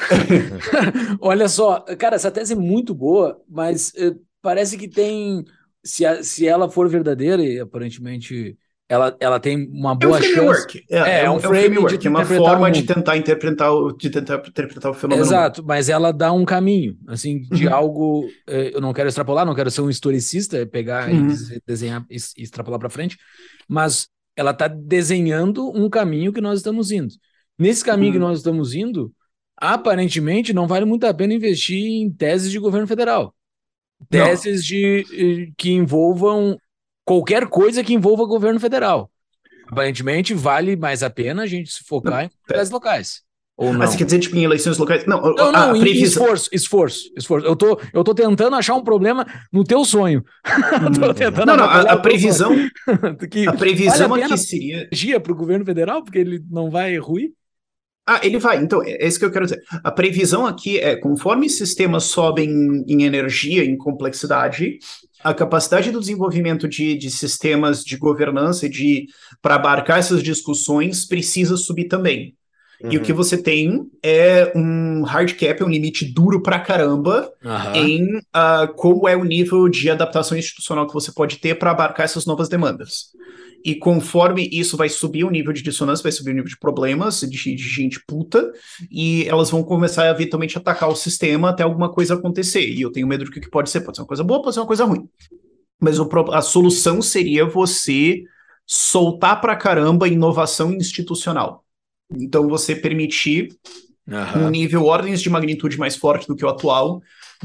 Olha só, cara, essa tese é muito boa, mas eh, parece que tem, se, a, se ela for verdadeira, e aparentemente ela, ela tem uma boa é um chance. framework. É, É, é, é um, um é um frame framework, de é uma interpretar forma o de mundo. tentar interpretar o, de tentar interpretar o fenômeno. Exato, mas ela dá um caminho, assim, de Uhum. algo. eh, Eu não quero extrapolar, não quero ser um historicista, é pegar e Uhum. des- desenhar e e extrapolar para frente, mas ela está desenhando um caminho que nós estamos indo. Nesse caminho que Uhum. nós estamos indo, aparentemente não vale muito a pena investir em teses de governo federal, Não. teses de, eh, que envolvam qualquer coisa que envolva governo federal. Aparentemente vale mais a pena a gente se focar Não. em comunidades locais. Ou Ah, não? você quer dizer, tipo, em eleições locais? Não, Não, a, não, a em previsão... esforço, esforço, esforço. Eu tô, eu tô tentando achar um problema no teu sonho. Uhum. Tô tentando Não, não, a, atrapalhar a o teu sonho. previsão... Que A vale a previsão pena aqui seria... energia para o governo federal, porque ele não vai ruir. Ah, ele vai. Então, é isso que eu quero dizer. A previsão aqui é, conforme sistemas sobem em energia, em complexidade, a capacidade do desenvolvimento de, de sistemas de governança e de para abarcar essas discussões precisa subir também. E o que Uhum. você tem é um hard cap, é um limite duro pra caramba Aham. em uh, como é o nível de adaptação institucional que você pode ter para abarcar essas novas demandas. E conforme isso vai subir o nível de dissonância, vai subir o nível de problemas, de, de gente puta, e elas vão começar a eventualmente atacar o sistema até alguma coisa acontecer. E eu tenho medo do que pode ser. Pode ser uma coisa boa, pode ser uma coisa ruim. Mas o, a solução seria você soltar pra caramba inovação institucional. Então, você permitir Aham. um nível, ordens de magnitude mais forte do que o atual,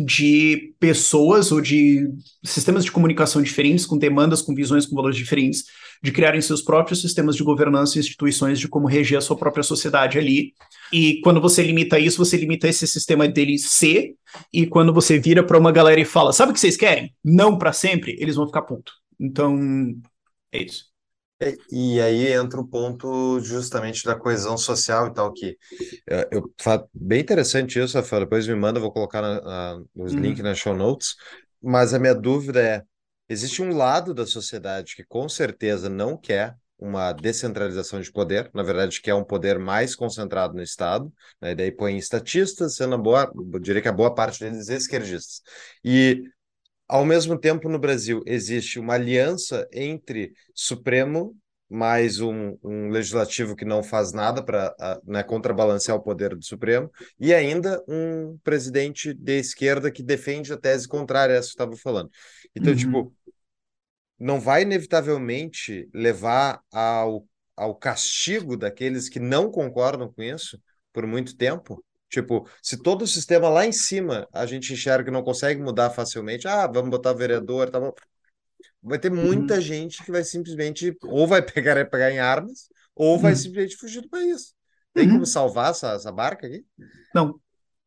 de pessoas ou de sistemas de comunicação diferentes, com demandas, com visões, com valores diferentes, de criarem seus próprios sistemas de governança e instituições de como reger a sua própria sociedade ali. E quando você limita isso, você limita esse sistema dele ser, e quando você vira para uma galera e fala, sabe o que vocês querem? Não para sempre, eles vão ficar puto. Então, é isso. É, E aí entra o ponto justamente da coesão social e tal, que é, eu fa- bem interessante isso, Rafael. Depois me manda, eu vou colocar na, na, os links Uhum. nas show notes. Mas a minha dúvida é: existe um lado da sociedade que com certeza não quer uma descentralização de poder, na verdade, quer um poder mais concentrado no Estado, né? E daí põe estatistas, sendo a boa, eu diria que a boa parte deles é esquerdistas. E ao mesmo tempo, no Brasil, existe uma aliança entre Supremo mais um, um legislativo que não faz nada para, né, contrabalancear o poder do Supremo, e ainda um presidente de esquerda que defende a tese contrária a essa que eu estava falando. Então, Uhum. tipo, não vai inevitavelmente levar ao, ao castigo daqueles que não concordam com isso por muito tempo? Tipo, se todo o sistema lá em cima a gente enxerga que não consegue mudar facilmente, ah, vamos botar vereador, tá bom. Vai ter muita Uhum. gente que vai simplesmente ou vai pegar, vai pegar em armas, ou vai Uhum. simplesmente fugir do país. Tem como Uhum. salvar essa, essa barca aqui? Não.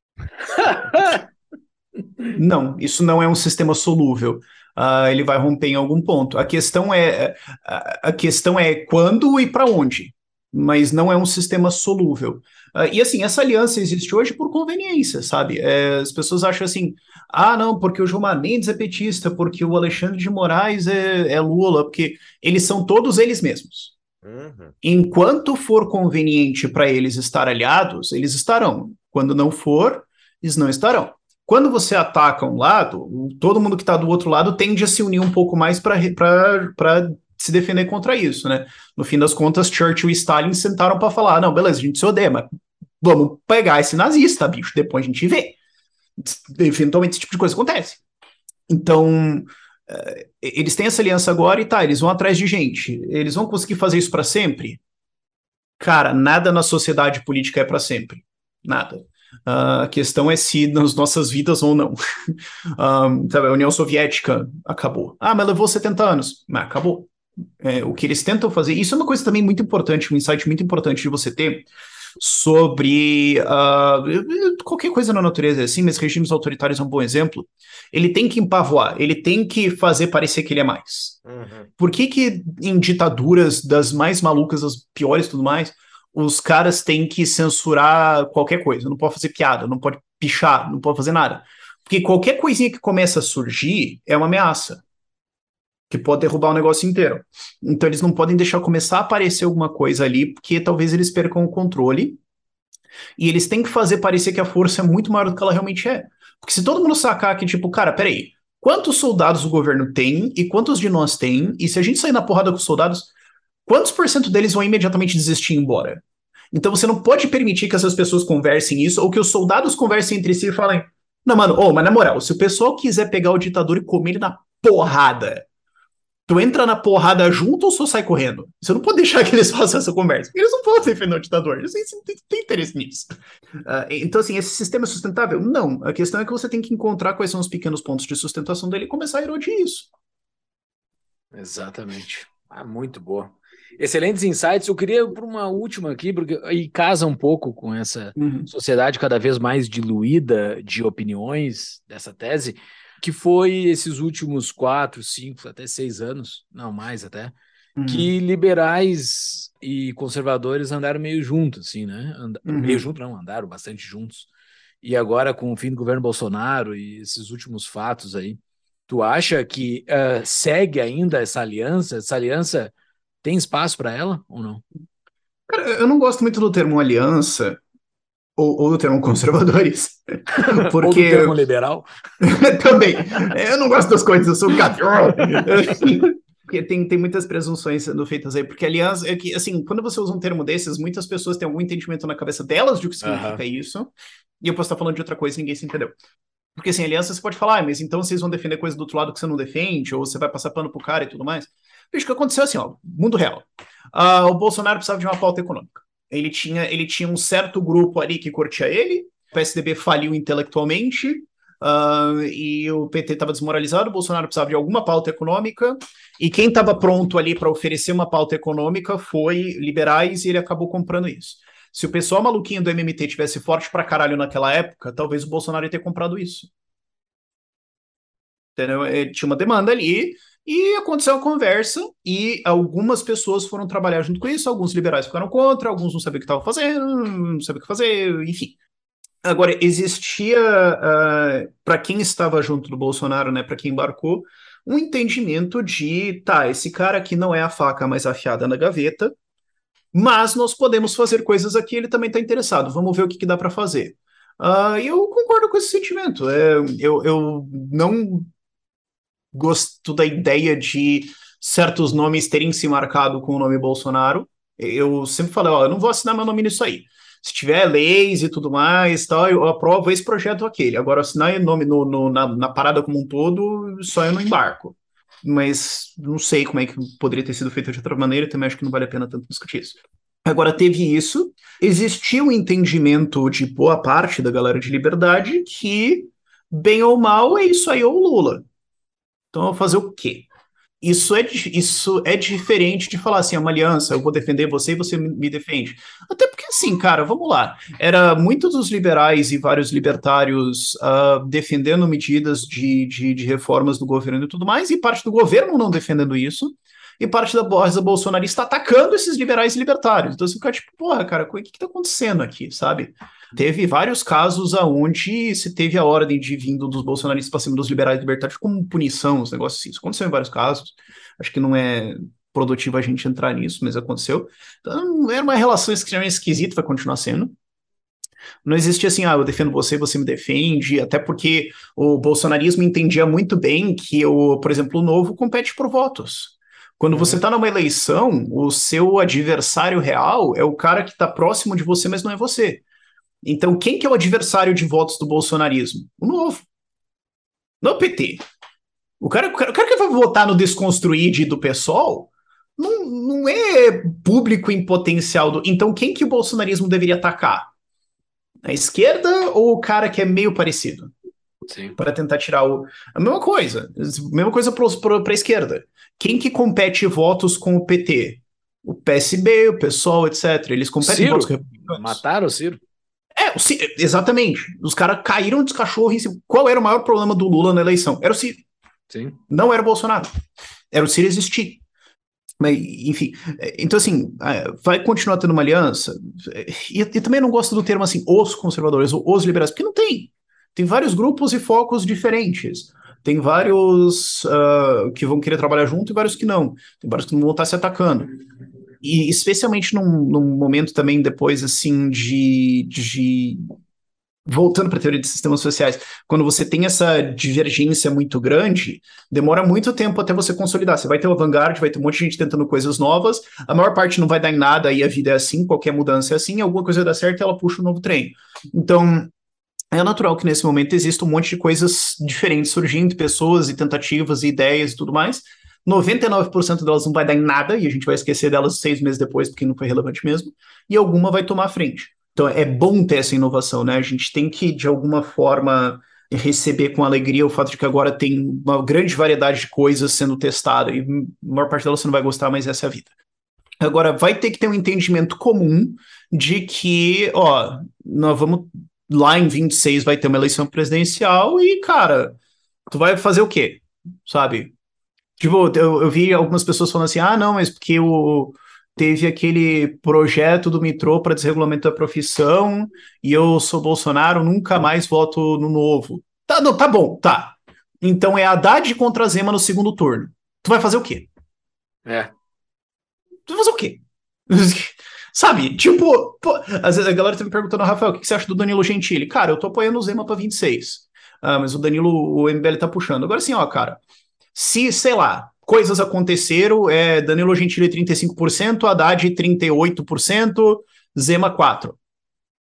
Não, isso não é um sistema solúvel. Ah, ele vai romper em algum ponto. A questão é a, a questão é quando e para onde, mas não é um sistema solúvel. Ah, e assim, essa aliança existe hoje por conveniência, sabe? É, as pessoas acham assim, ah, não, porque o Gilmar Mendes é petista, porque o Alexandre de Moraes é, é Lula, porque eles são todos eles mesmos. Uhum. Enquanto for conveniente para eles estar aliados, eles estarão. Quando não for, eles não estarão. Quando você ataca um lado, todo mundo que está do outro lado tende a se unir um pouco mais para se defender contra isso, né? No fim das contas, Churchill e Stalin sentaram para falar, não, beleza, a gente se odeia, mas vamos pegar esse nazista, bicho, depois a gente vê. Eventualmente esse tipo de coisa acontece. Então, uh, eles têm essa aliança agora e tá, eles vão atrás de gente. Eles vão conseguir fazer isso para sempre? Cara, nada na sociedade política é para sempre. Nada. Uh, a questão é se nas nossas vidas ou não. um, sabe, a União Soviética acabou. Ah, mas levou setenta anos. Mas acabou. É, o que eles tentam fazer, isso é uma coisa também muito importante, um insight muito importante de você ter sobre uh, qualquer coisa na natureza, assim, mas regimes autoritários é um bom exemplo. Ele tem que empavoar, ele tem que fazer parecer que ele é mais. Uhum. Por que que em ditaduras das mais malucas, das piores e tudo mais, os caras têm que censurar qualquer coisa? Não pode fazer piada, não pode pichar, não pode fazer nada. Porque qualquer coisinha que começa a surgir é uma ameaça, que pode derrubar o negócio inteiro. Então eles não podem deixar começar a aparecer alguma coisa ali, porque talvez eles percam o controle, e eles têm que fazer parecer que a força é muito maior do que ela realmente é. Porque se todo mundo sacar que, tipo, cara, peraí, quantos soldados o governo tem, e quantos de nós tem, e se a gente sair na porrada com os soldados, quantos por cento deles vão imediatamente desistir e ir embora? Então você não pode permitir que essas pessoas conversem isso, ou que os soldados conversem entre si e falem, não, mano, oh, mas na moral, se o pessoal quiser pegar o ditador e comer ele na porrada, tu entra na porrada junto ou só sai correndo? Você não pode deixar que eles façam essa conversa. Eles não podem defender o ditador. Eles não têm, têm interesse nisso. Uh, então, assim, esse sistema é sustentável? Não. A questão é que você tem que encontrar quais são os pequenos pontos de sustentação dele e começar a erodir isso. Exatamente. Ah, muito boa. Excelentes insights. Eu queria por uma última aqui, porque aí casa um pouco com essa uhum. sociedade cada vez mais diluída de opiniões dessa tese, que foi esses últimos quatro, cinco, até seis anos, não mais até, uhum. que liberais e conservadores andaram meio juntos, assim, né? And... Uhum. Meio junto, não, andaram bastante juntos. E agora, com o fim do governo Bolsonaro e esses últimos fatos aí, tu acha que uh, segue ainda essa aliança? Essa aliança tem espaço para ela ou não? Cara, eu não gosto muito do termo aliança, Ou, ou do termo conservadores. Porque... Ou do termo liberal. Também. Eu não gosto das coisas, eu sou gato. Porque tem, tem muitas presunções sendo feitas aí. Porque aliança, é que, assim, quando você usa um termo desses, muitas pessoas têm algum entendimento na cabeça delas de o que significa uh-huh. isso. E eu posso estar falando de outra coisa e ninguém se entendeu. Porque, assim, aliança você pode falar, ah, mas então vocês vão defender coisa do outro lado que você não defende, ou você vai passar pano pro cara e tudo mais. Veja o que aconteceu assim, ó, mundo real. Uh, o Bolsonaro precisava de uma pauta econômica. Ele tinha, ele tinha um certo grupo ali que curtia ele, o P S D B faliu intelectualmente, uh, e o P T estava desmoralizado, o Bolsonaro precisava de alguma pauta econômica, e quem estava pronto ali para oferecer uma pauta econômica foi liberais, e ele acabou comprando isso. Se o pessoal maluquinho do M M T tivesse forte pra caralho naquela época, talvez o Bolsonaro ia ter comprado isso. Entendeu? Ele tinha uma demanda ali, e aconteceu a conversa, e algumas pessoas foram trabalhar junto com isso, alguns liberais ficaram contra, alguns não sabiam o que estavam fazendo, não sabiam o que fazer, enfim. Agora, existia, uh, para quem estava junto do Bolsonaro, né, para quem embarcou, um entendimento de, tá, esse cara aqui não é a faca mais afiada na gaveta, mas nós podemos fazer coisas aqui, ele também está interessado, vamos ver o que, que dá para fazer. Uh, e eu concordo com esse sentimento. É, eu, eu não gosto da ideia de certos nomes terem se marcado com o nome Bolsonaro. Eu sempre falei, ó, eu não vou assinar meu nome nisso aí. Se tiver leis e tudo mais, tal, eu aprovo esse projeto ou aquele. Agora, assinar o nome no, no, na, na parada como um todo, só eu não embarco. Mas não sei como é que poderia ter sido feito de outra maneira, também acho que não vale a pena tanto discutir isso. Agora, teve isso, existiu um entendimento de boa parte da galera de liberdade que, bem ou mal, é isso aí ou Lula. Então, eu vou fazer o quê? Isso é, isso é diferente de falar assim, é uma aliança, eu vou defender você e você me defende. Até porque, assim, cara, vamos lá. Era muitos dos liberais e vários libertários uh, defendendo medidas de, de, de reformas do governo e tudo mais, e parte do governo não defendendo isso, e parte da base bolsonarista atacando esses liberais e libertários. Então você fica tipo, porra, cara, o que que tá acontecendo aqui, sabe? Teve vários casos aonde se teve a ordem de vindo dos bolsonaristas para cima dos liberais e libertários como punição, os negócios assim. Isso aconteceu em vários casos. Acho que não é produtivo a gente entrar nisso, mas aconteceu. Então, era uma relação extremamente esquisita, vai continuar sendo. Não existia assim, ah, eu defendo você, você me defende, até porque o bolsonarismo entendia muito bem que, o, por exemplo, o Novo compete por votos. Quando você está numa eleição, o seu adversário real é o cara que está próximo de você, mas não é você. Então, quem que é o adversário de votos do bolsonarismo? O Novo. Não o P T. O cara, o cara, o cara que vai votar no Desconstruíde do PSOL não, não é público em potencial. Do... Então, quem que o bolsonarismo deveria atacar? A esquerda ou o cara que é meio parecido? Sim. Para tentar tirar o... A mesma coisa. A mesma coisa para a esquerda. Quem que compete votos com o P T? O P S B, o PSOL, etcétera. Eles competem Ciro? votos com republicanos. Mataram o Ciro? É, o Ciro, exatamente. Os caras caíram dos cachorros em cima. Qual era o maior problema do Lula na eleição? Era o Ciro. Sim. Não era o Bolsonaro. Era o Ciro existir. Mas, enfim, então assim, vai continuar tendo uma aliança. E, e também não gosto do termo assim, os conservadores ou os liberais, porque não tem. Tem vários grupos e focos diferentes. Tem vários uh, que vão querer trabalhar junto e vários que não. Tem vários que não vão estar se atacando. E especialmente num, num momento também depois, assim, de... de voltando para a teoria de sistemas sociais, quando você tem essa divergência muito grande, demora muito tempo até você consolidar. Você vai ter o vanguarda, vai ter um monte de gente tentando coisas novas, a maior parte não vai dar em nada, aí a vida é assim, qualquer mudança é assim, alguma coisa dá certo e ela puxa um novo trem. Então, é natural que nesse momento exista um monte de coisas diferentes surgindo, pessoas e tentativas e ideias e tudo mais. noventa e nove por cento delas não vai dar em nada e a gente vai esquecer delas seis meses depois porque não foi relevante mesmo, e alguma vai tomar a frente. Então é bom ter essa inovação, né? A gente tem que, de alguma forma, receber com alegria o fato de que agora tem uma grande variedade de coisas sendo testada, e a maior parte delas você não vai gostar, mas essa é a vida. Agora, vai ter que ter um entendimento comum de que, ó, nós vamos lá em vinte e seis vai ter uma eleição presidencial e, cara, tu vai fazer o quê? Sabe? Tipo, eu, eu vi algumas pessoas falando assim, ah, não, mas porque o teve aquele projeto do metrô para desregulamento da profissão e eu sou Bolsonaro, nunca mais voto no Novo. Tá, não, tá bom, tá. Então é Haddad contra Zema no segundo turno. Tu vai fazer o quê? É. Tu vai fazer o quê? Sabe, tipo, pô, às vezes a galera tá me perguntando, Rafael, o que você acha do Danilo Gentili? Cara, eu tô apoiando o Zema pra vinte e seis. Ah, mas o Danilo, o M B L tá puxando. Agora assim, ó, cara, se, sei lá, coisas aconteceram, é Danilo Gentili trinta e cinco por cento, Haddad trinta e oito por cento, Zema quatro por cento.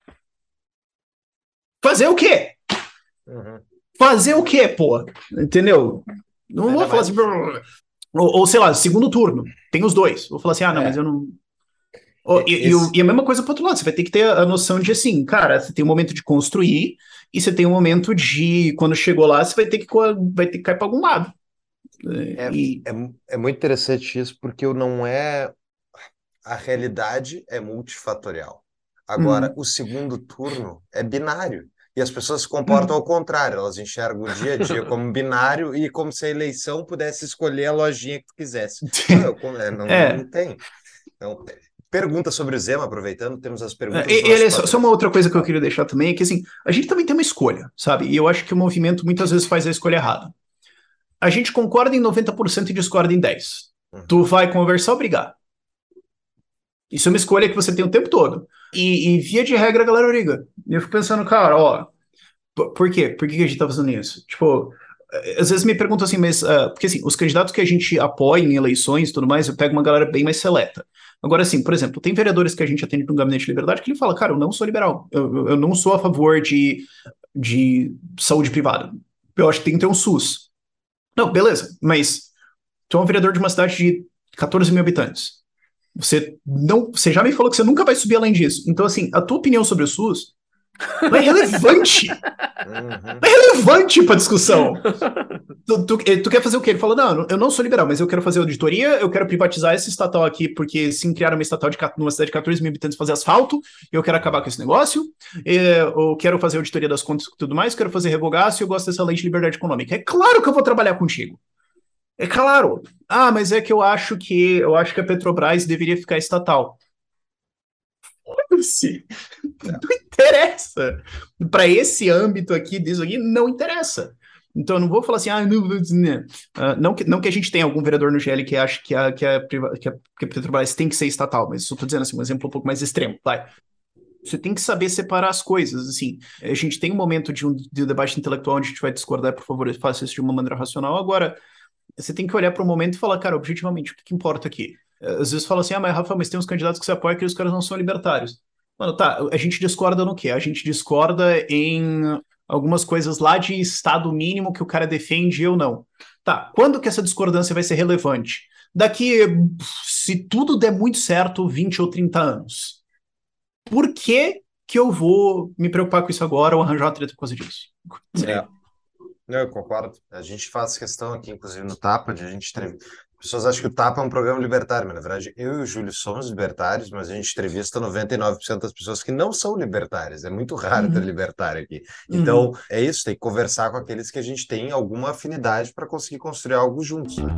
Fazer o quê? Uhum. Fazer o quê, pô? Entendeu? Não Ainda vou falar mais- assim... Ou, ou, sei lá, segundo turno, tem os dois. Vou falar assim, ah, não, É. mas eu não... Oh, e, e, o- e a mesma coisa pro outro lado, você vai ter que ter a noção de assim, cara, você tem um momento de construir e você tem um momento de, quando chegou lá, você vai ter que, co- vai ter que cair para algum lado. É, E, é, é muito interessante isso, porque não é. A realidade é multifatorial. Agora, hum, o segundo turno é binário. E as pessoas se comportam hum, ao contrário, elas enxergam o dia a dia como binário e como se a eleição pudesse escolher a lojinha que tu quisesse. Não, eu, com- é, não, é, não tem. Então, pergunta sobre o Zema, aproveitando, temos as perguntas e, dos e, nossos olha só, só uma patrões. outra coisa que eu queria deixar também é que assim, a gente também tem uma escolha, sabe? E eu acho que o movimento muitas vezes faz a escolha errada. A gente concorda em noventa por cento e discorda em dez por cento. Tu vai conversar ou brigar? Isso é uma escolha que você tem o tempo todo. E, e via de regra a galera briga. E eu fico pensando, cara, ó, Por por quê? Por que que a gente tá fazendo isso? Tipo, eh, às vezes me perguntam assim, mas. ah, porque assim, os candidatos que a gente apoia em eleições e tudo mais, eu pego uma galera bem mais seleta. Agora, assim, por exemplo, tem vereadores que a gente atende no Gabinete de Liberdade que ele fala, cara, eu não sou liberal. Eu, eu- eu não sou a favor de, de saúde privada. Eu acho que tem que ter um SUS. Não, beleza, mas tu é um vereador de uma cidade de catorze mil habitantes. Você não, você já me falou que você nunca vai subir além disso. Então, assim, a tua opinião sobre o SUS não é relevante. Uhum. Relevante para discussão. Tu, tu, eh, tu quer fazer o quê? Ele falou: não, eu não sou liberal, mas eu quero fazer auditoria, eu quero privatizar esse estatal aqui, porque sim, criaram uma estatal de, ca- numa cidade de catorze mil habitantes fazer asfalto, eu quero acabar com esse negócio, eh, eu quero fazer auditoria das contas e tudo mais, quero fazer revogaço e eu gosto dessa lei de liberdade econômica. É claro que eu vou trabalhar contigo. É claro. Ah, mas é que eu acho que eu acho que a Petrobras deveria ficar estatal. Foda-se. Não interessa. Para esse âmbito aqui, disso aqui, não interessa. Então, eu não vou falar assim, ah, não, não, ah, não, que, não que a gente tenha algum vereador no G L que acha que a, que a, priva- que a, que a Petrobras tem que ser estatal, mas só estou dizendo assim, um exemplo um pouco mais extremo, vai. Você tem que saber separar as coisas, assim. A gente tem um momento de um, de um debate intelectual onde a gente vai discordar, por favor, faça isso de uma maneira racional. Agora, você tem que olhar para o momento e falar, cara, objetivamente, o que, que importa aqui? Às vezes fala assim, ah, mas Rafa, mas tem uns candidatos que você apoia que os caras não são libertários. Mano, tá, a gente discorda no quê? A gente discorda em algumas coisas lá de estado mínimo que o cara defende e eu não. Tá, quando que essa discordância vai ser relevante? Daqui, se tudo der muito certo, vinte ou trinta anos. Por que que eu vou me preocupar com isso agora ou arranjar uma treta por causa disso? É. Não, eu concordo. A gente faz questão aqui, inclusive no Tapa, de a gente entrevista. As pessoas acham que o Tapa é um programa libertário, mas na verdade eu e o Júlio somos libertários, mas a gente entrevista noventa e nove por cento das pessoas que não são libertárias. É muito raro ter Uhum. libertário aqui. Uhum. Então, é isso, tem que conversar com aqueles que a gente tem alguma afinidade para conseguir construir algo juntos, né?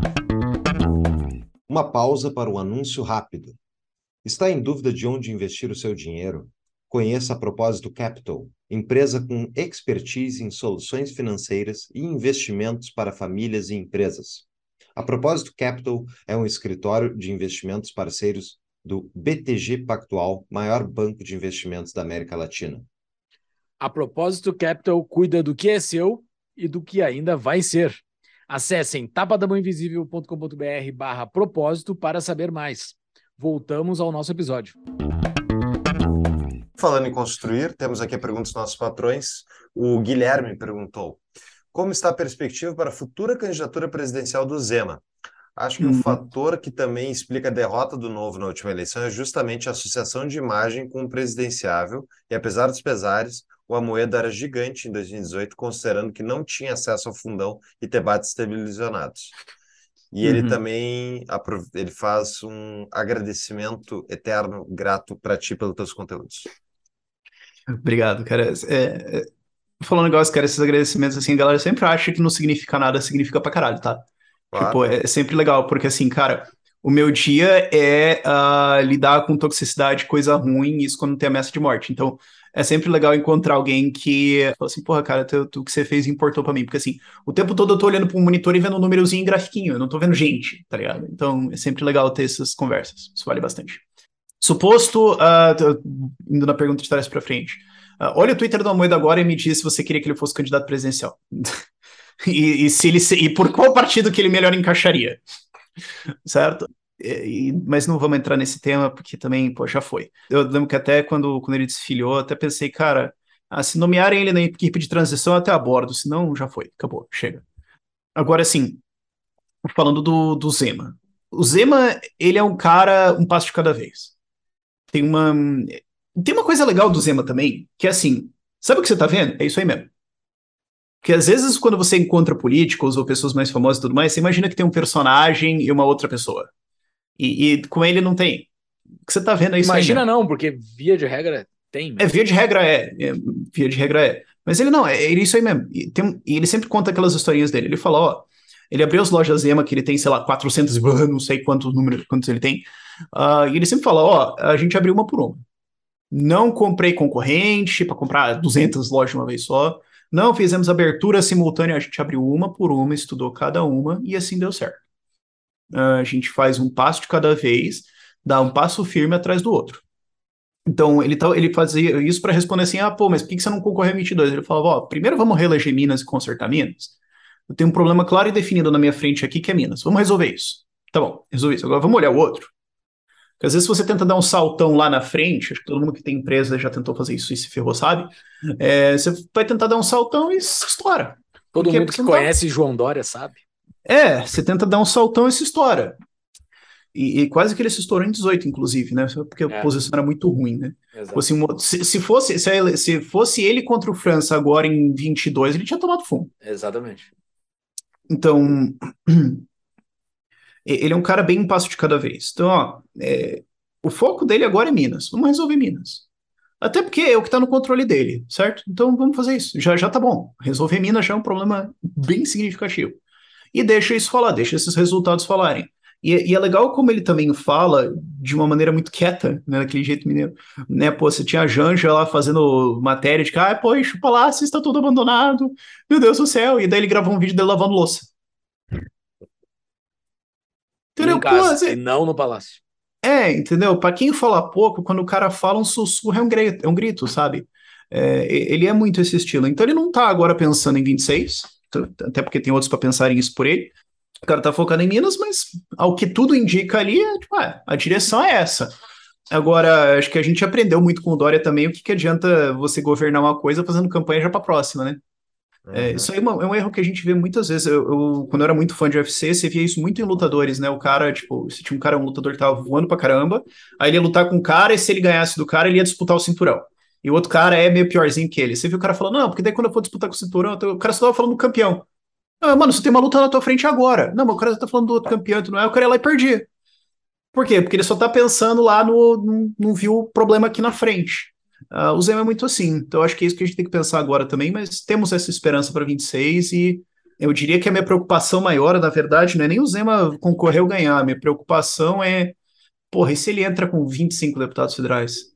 Uma pausa para um anúncio rápido. Está em dúvida de onde investir o seu dinheiro? Conheça a Propósito Capital, empresa com expertise em soluções financeiras e investimentos para famílias e empresas. A Propósito Capital é um escritório de investimentos parceiros do B T G Pactual, maior banco de investimentos da América Latina. A Propósito Capital cuida do que é seu e do que ainda vai ser. Acessem tapadamãoinvisível.com.br barra propósito para saber mais. Voltamos ao nosso episódio. Falando em construir, temos aqui a pergunta dos nossos patrões. O Guilherme perguntou: como está a perspectiva para a futura candidatura presidencial do Zema? Acho que Uhum. um fator que também explica a derrota do Novo na última eleição é justamente a associação de imagem com o presidenciável, e apesar dos pesares, o Amoedo era gigante em dois mil e dezoito, considerando que não tinha acesso ao fundão e debates televisionados. E ele Uhum. também apro- ele faz um agradecimento eterno, grato para ti pelos teus conteúdos. Obrigado, cara. É, é, falando um negócio, cara, esses agradecimentos, assim, a galera sempre acha que não significa nada, significa pra caralho, tá? Tipo, Claro. é sempre legal, porque assim, cara, o meu dia é ah, lidar com toxicidade, coisa ruim, isso quando tem ameaça de morte. Então, é sempre legal encontrar alguém que fala assim, porra, cara, tu- tu- o que você fez importou pra mim. Porque assim, o tempo todo eu tô olhando pra um monitor e vendo um númerozinho em grafiquinho, eu não tô vendo gente, tá ligado? Então, é sempre legal ter essas conversas, isso vale bastante. Suposto, ah, tô indo na pergunta de trás pra frente, ah, olha o Twitter do Amoedo agora e me diz se você queria que ele fosse candidato presidencial. E, e se ele se- e por qual partido que ele melhor encaixaria, certo? E- e- mas não vamos entrar nesse tema porque também, pô, já foi. Eu lembro que até quando, quando ele desfiliou, até pensei, cara, ah, se nomearem ele na equipe de transição, eu até abordo, senão já foi, acabou, chega. Agora, assim, falando do, do Zema. O Zema, ele é um cara, um passo de cada vez. Tem uma, tem uma coisa legal do Zema também, que é assim, sabe o que você tá vendo? É isso aí mesmo. Porque às vezes, quando você encontra políticos ou pessoas mais famosas e tudo mais, você imagina que tem um personagem e uma outra pessoa. E, e com ele não tem. O que você tá vendo é isso aí Imagina mesmo. não, porque via de regra tem É, mesmo. via de regra é, é, via de regra é. Mas ele não, é, é isso aí mesmo. E, tem- e ele sempre conta aquelas historinhas dele. Ele fala, ó, ele abriu as lojas Zema, que ele tem, sei lá, quatrocentos, não sei quantos números, quantos ele tem. Ah, e ele sempre fala, ó, a gente abriu uma por uma. Não comprei concorrente para comprar duzentas lojas de uma vez só. Não fizemos abertura simultânea, a gente abriu uma por uma, estudou cada uma e assim deu certo. Ah, a gente faz um passo de cada vez, dá um passo firme atrás do outro. Então, ele, tá, ele fazia isso para responder assim: ah, pô, mas por que que você não concorreu em vinte e dois? Ele falava: ó, primeiro vamos reeleger Minas e consertar Minas. Eu tenho um problema claro e definido na minha frente aqui que é Minas. Vamos resolver isso. Tá bom, resolvi isso. Agora vamos olhar o outro. Porque às vezes você tenta dar um saltão lá na frente, acho que todo mundo que tem empresa já tentou fazer isso e se ferrou, sabe? É, você vai tentar dar um saltão e se estoura. Por Todo quê? mundo Porque que você não tá- conhece João Dória sabe. É, você tenta dar um saltão e se estoura. E, e quase que ele se estourou em dezoito, inclusive, né? Porque a É. posição era muito ruim, né? Exato. Fosse um outro- se, se fosse, se, a ele- se fosse ele contra o França agora em vinte e dois, ele tinha tomado fumo. Exatamente. Então, ele é um cara bem um passo de cada vez. Então, ó, é, o foco dele agora é Minas. Vamos resolver Minas. Até porque é o que está no controle dele, certo? Então vamos fazer isso. Já, já tá bom. Resolver Minas já é um problema bem significativo. E deixa isso falar, deixa esses resultados falarem. E, e é legal como ele também fala de uma maneira muito quieta, né, daquele jeito mineiro. Né, pô, você tinha a Janja lá fazendo matéria de que, ah, pô, o palácio está todo abandonado, meu Deus do céu. E daí ele gravou um vídeo dele lavando louça. E em Entendeu? Pô, casa, você- e não no palácio. É, entendeu? Pra quem fala pouco, quando o cara fala um sussurro é um grito, é um grito, sabe? É, e- ele é muito esse estilo. Então ele não tá agora pensando em vinte e seis, t- até porque tem outros pra pensarem isso por ele. O cara tá focado em Minas, mas ao que tudo indica ali, é, tipo, ah, a direção é essa. Agora, acho que a gente aprendeu muito com o Dória também o que que adianta você governar uma coisa fazendo campanha já pra próxima, né? É, Uhum. isso aí é, uma- é um erro que a gente vê muitas vezes. Eu, eu- quando eu era muito fã de U F C, você via isso muito em lutadores, né? O cara, tipo, se tinha um cara, um lutador que tava voando pra caramba, aí ele ia lutar com o cara, e se ele ganhasse do cara, ele ia disputar o cinturão. E o outro cara é meio piorzinho que ele. Você viu o cara falando, não, porque daí quando eu for disputar com o cinturão, eu tô- o cara só tava falando do campeão. Ah, mano, você tem uma luta na tua frente agora. Não, mas o cara tá falando do outro campeão, tu não é? O cara ia lá e perdia. Por quê? Porque ele só tá pensando lá no. Não, não viu o problema aqui na frente. Ah, o Zema é muito assim. Então, eu acho que é isso que a gente tem que pensar agora também, mas temos essa esperança para vinte e seis e eu diria que a minha preocupação maior, na verdade, não é nem o Zema concorrer ou ganhar. A minha preocupação é, porra, e se ele entra com vinte e cinco deputados federais?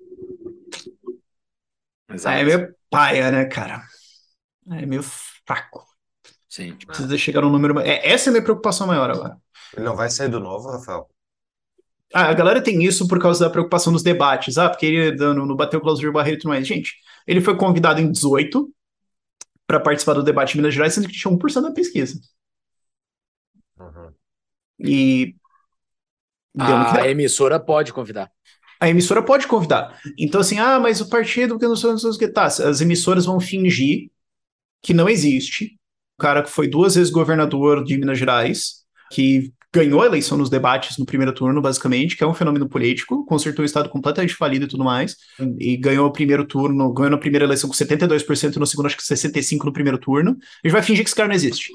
Aí é Exato. meio paia, né, cara? Aí é meio fraco. Sim. Precisa chegar num número. É, essa é a minha preocupação maior agora. Ele não vai sair do novo, Rafael? Ah, a galera tem isso por causa da preocupação nos debates. Ah, porque ele não, não bateu o Claudio Barreto e tudo mais. Gente, ele foi convidado em dezoito para participar do debate em Minas Gerais, sendo que tinha um por cento da pesquisa. Uhum. E deu no que A deu. emissora pode convidar. A emissora pode convidar. Então, assim, ah, mas o partido que não sei, não sei o que tá. As emissoras vão fingir que não existe. O cara que foi duas vezes governador de Minas Gerais, que ganhou a eleição nos debates no primeiro turno, basicamente, que é um fenômeno político, consertou o Estado completamente falido e tudo mais, e ganhou o primeiro turno, ganhou na primeira eleição com setenta e dois por cento, no segundo acho que sessenta e cinco por cento no primeiro turno. A gente vai fingir que esse cara não existe.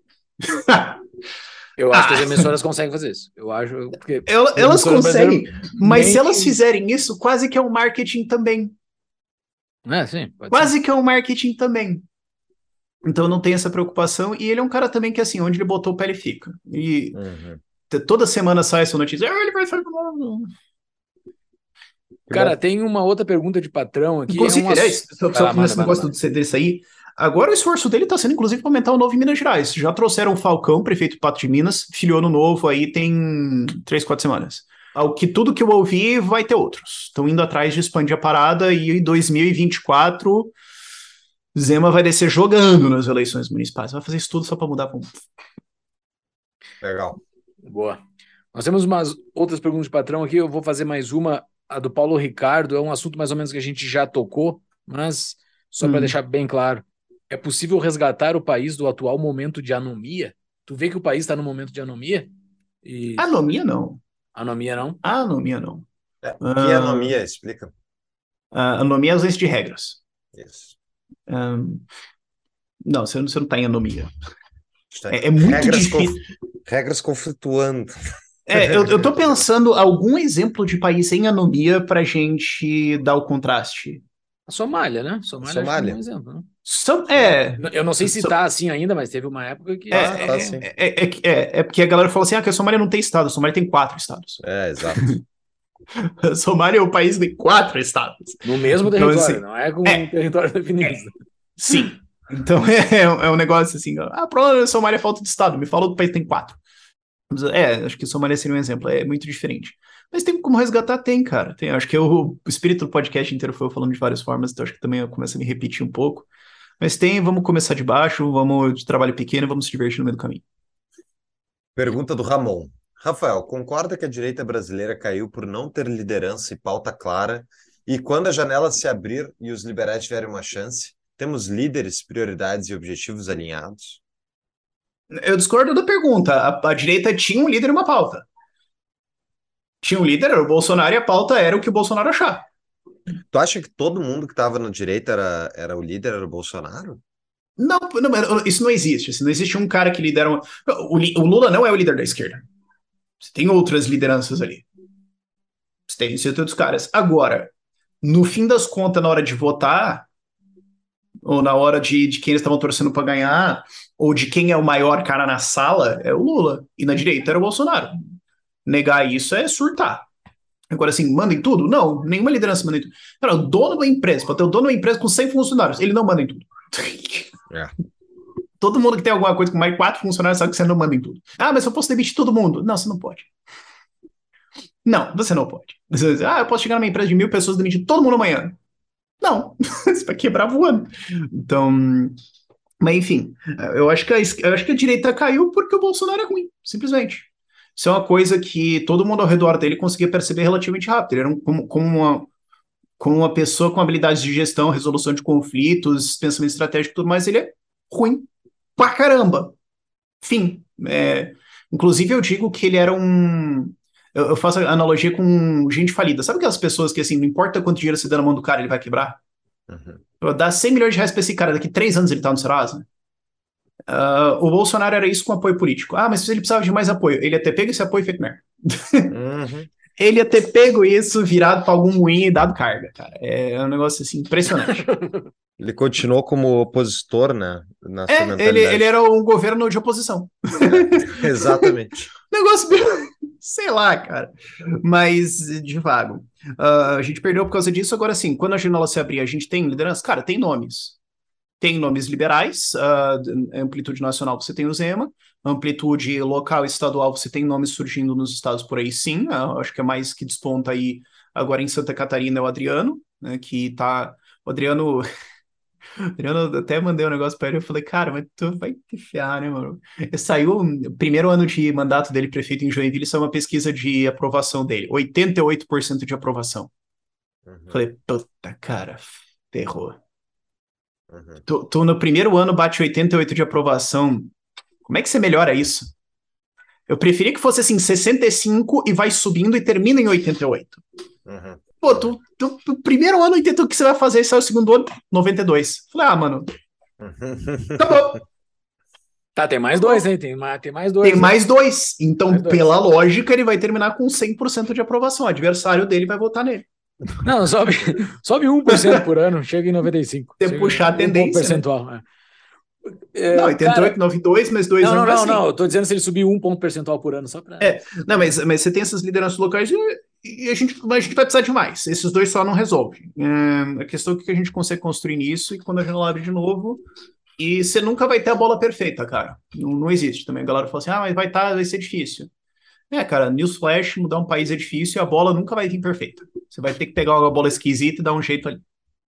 Eu acho que as Ah, emissoras conseguem fazer isso. Eu acho, porque ela- as elas emissoras conseguem, brasileiras mas nem... se elas fizerem isso, quase que é um marketing também. É, sim, pode ser. Quase que é um marketing também. Então não tem essa preocupação. E ele é um cara também que, assim, onde ele botou o pé, ele fica. E Uhum. t- toda semana sai essa notícia. Ah, ele vai sair do novo. Que Cara, bom. tem uma outra pergunta de patrão aqui. É Inclusive, um ass- aliás, só, Vai só lá, manda, nesse manda, negócio manda. do C D sair, agora o esforço dele está sendo, inclusive, para aumentar o novo em Minas Gerais. Já trouxeram o Falcão, prefeito do Pato de Minas, filiou no novo aí tem três, quatro semanas. Ao que tudo que eu ouvi, vai ter outros. Estão indo atrás de expandir a parada e em dois mil e vinte e quatro Zema vai descer jogando nas eleições municipais. Vai fazer isso tudo só para mudar. Pra... Legal. Boa. Nós temos umas outras perguntas de patrão aqui. Eu vou fazer mais uma. A do Paulo Ricardo. É um assunto mais ou menos que a gente já tocou, mas só para Hum. deixar bem claro. É possível resgatar o país do atual momento de anomia? Tu vê que o país está no momento de anomia? E Anomia não. anomia não? Anomia não. É, o que é anomia? Explica. Uh, anomia é ausência de regras. Isso. Um, não, você, você não está em anomia. Está- É, é muito regras, difícil. conf- regras conflituando. É, eu, eu tô pensando algum exemplo de país em anomia pra gente dar o contraste. A Somália, né? Somália, acho que é um bom Somália. exemplo, né? São, é, Eu não sei se são- tá assim ainda, mas teve uma época que... é, Tá, tá é, sim. é, é, é, é porque a galera fala assim, ah, que a Somália não tem estado. A Somália tem quatro estados. É, exato. A Somália é o país de quatro estados. No mesmo Então, território, assim, não é com é, um território definido. sim. Então é, é um negócio assim, ah, pronto, a Somália é falta de estado. Me falou que o país tem quatro. É, acho que a Somália seria um exemplo, é muito diferente. Mas tem como resgatar? Tem, cara. Tem, acho que eu, o espírito do podcast inteiro foi eu falando de várias formas, então acho que também eu começo a me repetir um pouco. Mas tem, vamos começar de baixo, vamos de trabalho pequeno, vamos se divertir no meio do caminho. Pergunta do Ramon. Rafael, concorda que a direita brasileira caiu por não ter liderança e pauta clara? E quando a janela se abrir e os liberais tiverem uma chance, temos líderes, prioridades e objetivos alinhados? Eu discordo da pergunta. A, a direita tinha um líder e uma pauta. Tinha um líder, era o Bolsonaro, e a pauta era o que o Bolsonaro achava. Tu acha que todo mundo que estava na direita era, era o líder, era o Bolsonaro? Não, não, isso não existe. Assim, não existe um cara que lidera uma... o, o Lula não é o líder da esquerda. Você tem outras lideranças ali. Você tem esses outros caras. Agora, no fim das contas, na hora de votar, ou na hora de, de quem eles estavam torcendo para ganhar, ou de quem é o maior cara na sala, é o Lula. E na direita era o Bolsonaro. Negar isso é surtar. Agora, assim, manda em tudo? Não, nenhuma liderança manda em tudo. Cara, o dono de uma empresa, pode ter o dono de uma empresa com cem funcionários, ele não manda em tudo. É. Todo mundo que tem alguma coisa com mais de quatro funcionários sabe que você não manda em tudo. Ah, mas eu posso demitir todo mundo. Não, você não pode. Não, você não pode. Você diz, ah, eu posso chegar numa empresa de mil pessoas e demitir todo mundo amanhã. Não, você vai quebrar voando. Então, mas enfim, eu acho que a, eu acho que a direita caiu porque o Bolsonaro é ruim, simplesmente. Isso é uma coisa que todo mundo ao redor dele conseguia perceber relativamente rápido. Ele era um, como, como, uma, como uma pessoa com habilidades de gestão, resolução de conflitos, pensamento estratégico e tudo mais, ele é ruim pra caramba. Fim. É, inclusive, eu digo que ele era um... Eu, eu faço analogia com gente falida. Sabe aquelas pessoas que, assim, não importa quanto dinheiro você dá na mão do cara, ele vai quebrar? Uhum. Eu dar cem milhões de reais pra esse cara, daqui três anos ele tá no Serasa? Uh, o Bolsonaro era isso com apoio político. Ah, mas se ele precisava de mais apoio, ele ia ter pego esse apoio e feito merda. Uhum. Ele ia ter pego isso, virado pra algum moinho e dado carga, cara. É um negócio, assim, impressionante. Ele continuou como opositor, né? Na sua É, ele, mentalidade. ele era um governo de oposição. É, exatamente. Negócio, sei lá, cara. Mas, de vago. Uh, a gente perdeu por causa disso. Agora, sim, quando a janela se abrir, a gente tem liderança? Cara, tem nomes. Tem nomes liberais, uh, amplitude nacional você tem o Zema, amplitude local e estadual você tem nomes surgindo nos estados por aí sim, uh, acho que é mais que desponta aí agora em Santa Catarina é o Adriano, né, que tá, o Adriano, o Adriano até mandei um negócio pra ele, eu falei, cara, mas tu vai te ferrar, né, mano? Saiu o primeiro ano de mandato dele prefeito em Joinville, saiu uma pesquisa de aprovação dele, oitenta e oito por cento de aprovação. Uhum. Falei, puta, cara, ferrou. Uhum. Tu, tu no primeiro ano bate oitenta e oito de aprovação. Como é que você melhora isso? Eu preferia que fosse assim, sessenta e cinco e vai subindo e termina em oitenta e oito. Uhum. Pô, tu, tu, tu primeiro ano oitenta, o que você vai fazer? Sai o segundo ano, noventa e dois. Falei, ah, mano, Uhum. tá bom. Tá, tem mais Tá dois bom. aí, tem mais, tem mais dois. Tem aí. mais dois. Então, Mais dois. pela lógica, ele vai terminar com cem por cento de aprovação. O adversário dele vai votar nele. Não, sobe, sobe um por cento por ano, chega em noventa e cinco. Você Chega puxar a em um ponto tendência, né? percentual. É. É, Não, oitenta e oito, cara, noventa e dois, mais dois não, não, anos vai não, assim. não. Eu tô dizendo se ele subir um ponto percentual por ano, só pra. É, não, mas, mas você tem essas lideranças locais e, e a, gente, a gente vai precisar de mais. Esses dois só não resolvem. É, a questão é o que a gente consegue construir nisso e quando a janela abre de novo. E você nunca vai ter a bola perfeita, cara. Não, não existe também. A galera fala assim, ah, mas vai, tá, vai ser difícil. É, cara, newsflash, mudar um país é difícil e a bola nunca vai vir perfeita. Você vai ter que pegar uma bola esquisita e dar um jeito ali.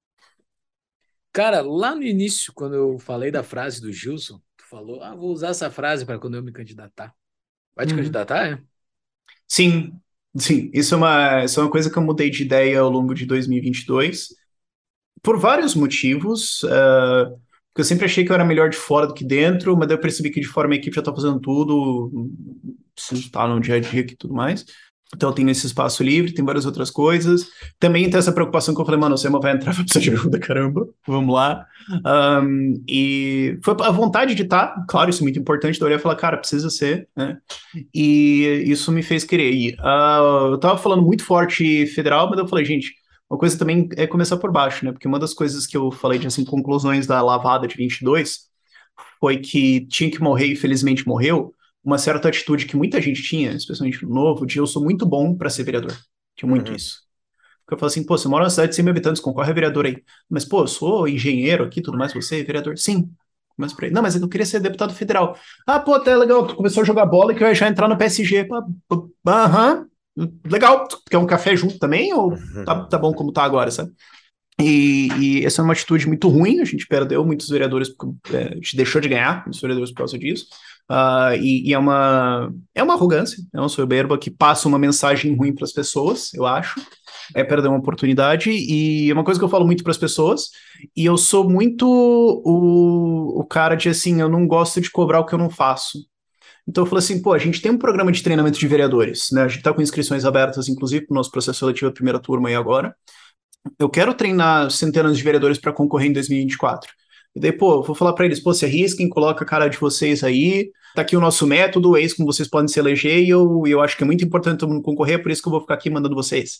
Cara, lá no início, quando eu falei da frase do Gilson, tu falou, ah, vou usar essa frase para quando eu me candidatar. Vai te Uhum. candidatar, é? Sim, sim. Isso é, uma, isso é uma coisa que eu mudei de ideia ao longo de dois mil e vinte e dois. Por vários motivos. Uh, porque eu sempre achei que eu era melhor de fora do que dentro, mas daí eu percebi que de fora minha equipe já tá fazendo tudo, preciso estar no dia a dia aqui e tudo mais. Então eu tenho esse espaço livre, tem várias outras coisas. Também tem essa preocupação que eu falei, mano, o Sema vai entrar, vai precisar de ajuda, caramba, vamos lá. Um, e foi a vontade de estar, claro, isso é muito importante, da eu olhar e falar, cara, precisa ser, né? E isso me fez querer ir. Uh, eu tava falando muito forte federal, mas eu falei, gente, uma coisa também é começar por baixo, né? Porque uma das coisas que eu falei de assim, conclusões da lavada de vinte e dois foi que tinha que morrer e felizmente morreu, uma certa atitude que muita gente tinha, especialmente no Novo, de eu sou muito bom para ser vereador. Tinha muito Uhum. isso. Porque eu falo assim, pô, você mora numa cidade de cem mil habitantes, concorre a vereador aí. Mas, pô, eu sou engenheiro aqui, tudo mais, você é vereador? Sim. Mas por aí. Não, mas eu queria ser deputado federal. Ah, pô, tá legal, tu começou a jogar bola e que vai já entrar no P S G. Aham, legal. Tu quer um café junto também? Ou tá, tá bom como tá agora, sabe? E, e essa é uma atitude muito ruim, a gente perdeu muitos vereadores, porque, é, a gente deixou de ganhar muitos vereadores por causa disso, uh, e, e é, uma, é uma arrogância, é uma soberba que passa uma mensagem ruim para as pessoas, eu acho, é perder uma oportunidade, e é uma coisa que eu falo muito para as pessoas, e eu sou muito o, o cara de assim, eu não gosto de cobrar o que eu não faço. Então eu falei assim, pô, a gente tem um programa de treinamento de vereadores, né, a gente está com inscrições abertas, inclusive, para o nosso processo seletivo da primeira turma aí agora. Eu quero treinar centenas de vereadores para concorrer em dois mil e vinte e quatro. E daí, pô, eu vou falar para eles, pô, se arrisquem, coloca a cara de vocês aí, tá aqui o nosso método, é isso como vocês podem se eleger, e eu, eu acho que é muito importante todo mundo concorrer, por isso que eu vou ficar aqui mandando vocês.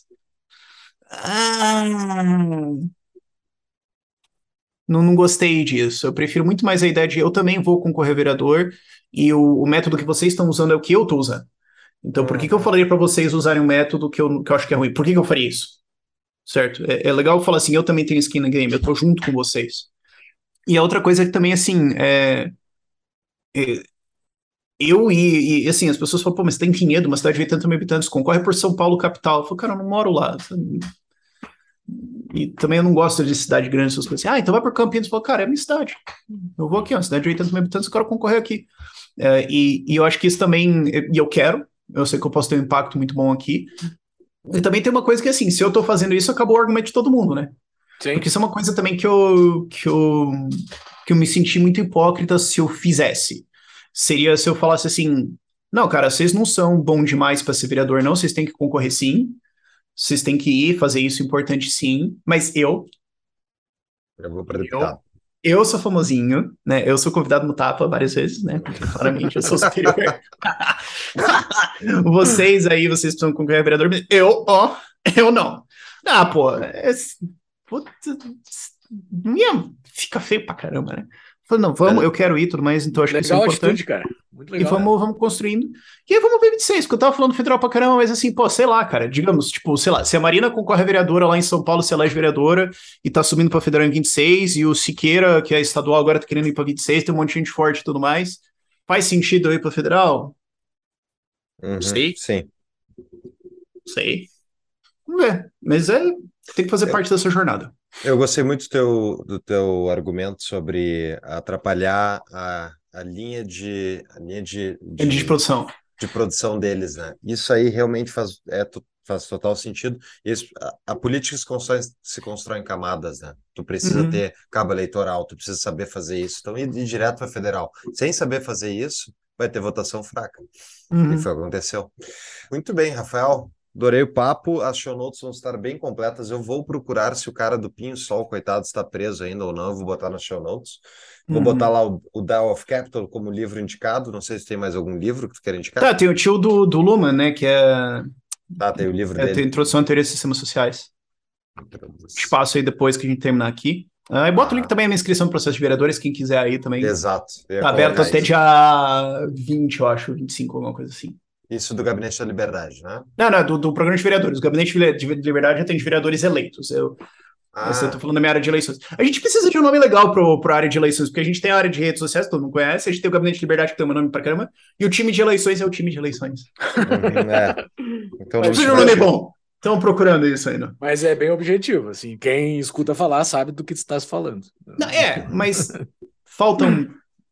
Ah, não, não gostei disso. Eu prefiro muito mais a ideia de eu também vou concorrer a vereador, e o, o método que vocês estão usando é o que eu tô usando. Então, por que, que eu falaria para vocês usarem um método que eu, que eu acho que é ruim? Por que, que eu faria isso? Certo? É, é legal falar assim, eu também tenho skin no game, eu tô junto com vocês. E a outra coisa é que também, assim, é, é, eu e, e, assim, as pessoas falam, pô, mas você tem Vinhedo, uma cidade de oitenta mil habitantes, concorre por São Paulo capital. Eu falo, cara, eu não moro lá. Sabe? E também eu não gosto de cidade grande, essas coisas assim. Ah, então vai por Campinas. Eu falo, cara, é minha cidade. Eu vou aqui, ó, cidade de oitenta mil habitantes, eu quero concorrer aqui. É, e, e eu acho que isso também, e eu quero, eu sei que eu posso ter um impacto muito bom aqui. E também tem uma coisa que, assim, se eu tô fazendo isso, acabou o argumento de todo mundo, né? Sim. Porque isso é uma coisa também que eu, que eu, que eu me senti muito hipócrita se eu fizesse. Seria se eu falasse assim, não, cara, vocês não são bom demais para ser vereador, não, vocês têm que concorrer sim, vocês têm que ir, fazer isso importante sim, mas eu, Eu vou para eu, deputado. eu sou famosinho, né, eu sou convidado no Tapa várias vezes, né, porque claramente eu sou superior. Vocês aí, vocês precisam concorrer a vereador, mas eu, ó, eu não. Ah, pô, é, puta, não ia ficar feio pra caramba, né? Falei, não, vamos, eu quero ir, tudo mais, então acho que isso é Legal a importante. atitude, cara. Muito E legal. vamos, vamos construindo. E aí vamos ver vinte e seis, porque eu tava falando federal pra caramba, mas assim, pô, sei lá, cara, digamos, tipo, sei lá, se a Marina concorre a vereadora lá em São Paulo, se elege vereadora e tá subindo pra federal em vinte e seis, e o Siqueira, que é estadual, agora tá querendo ir pra vinte e seis, tem um monte de gente forte e tudo mais. Faz sentido eu ir pra federal? Uhum, Sei. sim. Sei. Vamos ver. Mas é, tem que fazer Eu- parte dessa jornada. Eu gostei muito do teu, do teu argumento sobre atrapalhar a, a linha de, a linha de, É de de, produção. de produção deles, né? Isso aí realmente faz, é, to- faz total sentido. Isso, a, a política se constrói, se constrói em camadas, né? Tu precisa Uhum. ter cabo eleitoral, tu precisa saber fazer isso. Então, ir, ir direto para federal. Sem saber fazer isso, vai ter votação fraca. E Uhum. foi o que aconteceu. Muito bem, Rafael. Adorei o papo. As show notes vão estar bem completas. Eu vou procurar se o cara do Pinho Sol, coitado, está preso ainda ou não. Eu vou botar nas show notes. Vou Uhum. botar lá o, o Dial of Capital como livro indicado. Não sei se tem mais algum livro que tu quer indicar. Tá, tem o tio do, do Luman, né, que é, Tá, tem o livro é tem dele. Introdução à Teoria de Sistemas Sociais. Espaço aí depois que a gente terminar aqui. Ah, e bota o link Ah. também na inscrição do processo de vereadores, quem quiser aí também. Exato. Eu ia Tá aberto colocar até isso. dia vinte, eu acho, vinte e cinco, alguma coisa assim. Isso do Gabinete da Liberdade, né? Não, não, do, do programa de vereadores. O Gabinete de Vile- de Liberdade já tem de vereadores eleitos. Eu, Mas eu tô Ah, falando da minha área de eleições. A gente precisa de um nome legal pro, pro área de eleições, porque a gente tem a área de redes sociais, todo mundo conhece, a gente tem o Gabinete de Liberdade, que tem um nome pra caramba, e o time de eleições é o time de eleições. uhum, é. Então não Mas Precisa de um nome bom. Estão procurando isso ainda. Mas é bem objetivo, assim, quem escuta falar sabe do que tu está se falando. Não, é, mas faltam...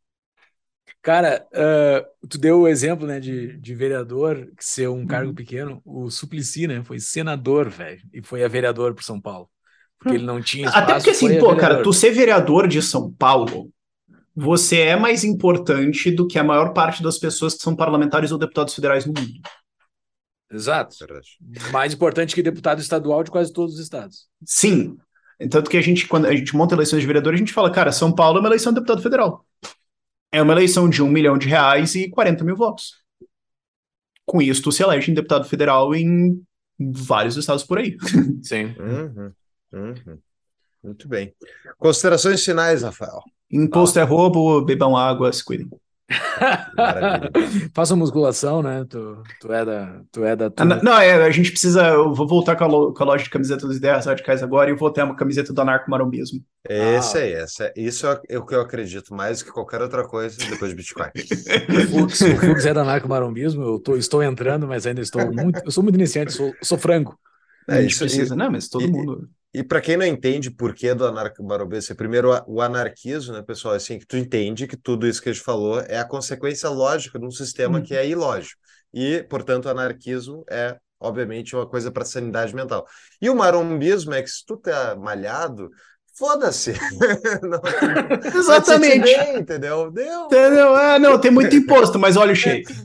Cara, ah, tu deu o exemplo, né, de, de vereador que ser um cargo Uhum. pequeno. O Suplicy, né, foi senador, velho, e foi a vereador por São Paulo. Porque ele não tinha espaço, Até porque assim, foi a pô, cara, vereador. tu ser vereador de São Paulo, você é mais importante do que a maior parte das pessoas que são parlamentares ou deputados federais no mundo. Exato. verdade. Mais importante que deputado estadual de quase todos os estados. Sim. Tanto que a gente, quando a gente monta eleições de vereador, a gente fala, cara, São Paulo é uma eleição de deputado federal. É uma eleição de um milhão de reais e quarenta mil votos. Com isso, tu se elege em deputado federal em vários estados por aí. Sim. Uhum, uhum. Muito bem. Considerações finais, Rafael. Imposto é roubo, bebam água, se cuidem. Maravilha. Faça musculação, né? Tu, tu é da, tu é da Ah, turma. n- Não, é, a gente precisa. Eu vou voltar com a, lo- com a loja de camisetas das ideias radicais agora e eu vou ter uma camiseta do anarco-marombismo. Esse Ah. aí, essa, isso é o que eu acredito mais do que qualquer outra coisa depois de Bitcoin. O Fux, o Fux é da narco-marombismo, eu tô, estou entrando, mas ainda estou muito. Eu sou muito iniciante, sou, sou franco. A É gente isso. precisa, E, não, mas todo e- mundo. e para quem não entende por que do anarco-barombismo, primeiro a- o anarquismo, né, pessoal, assim, que tu entende que tudo isso que a gente falou é a consequência lógica de um sistema que é ilógico. E, portanto, o anarquismo é, obviamente, uma coisa para sanidade mental. E o marombismo é que se tu tá malhado, foda-se. Não- vai te sentir Exatamente. bem, entendeu? Deu. Entendeu? Ah, não, tem muito imposto, mas olha o shape.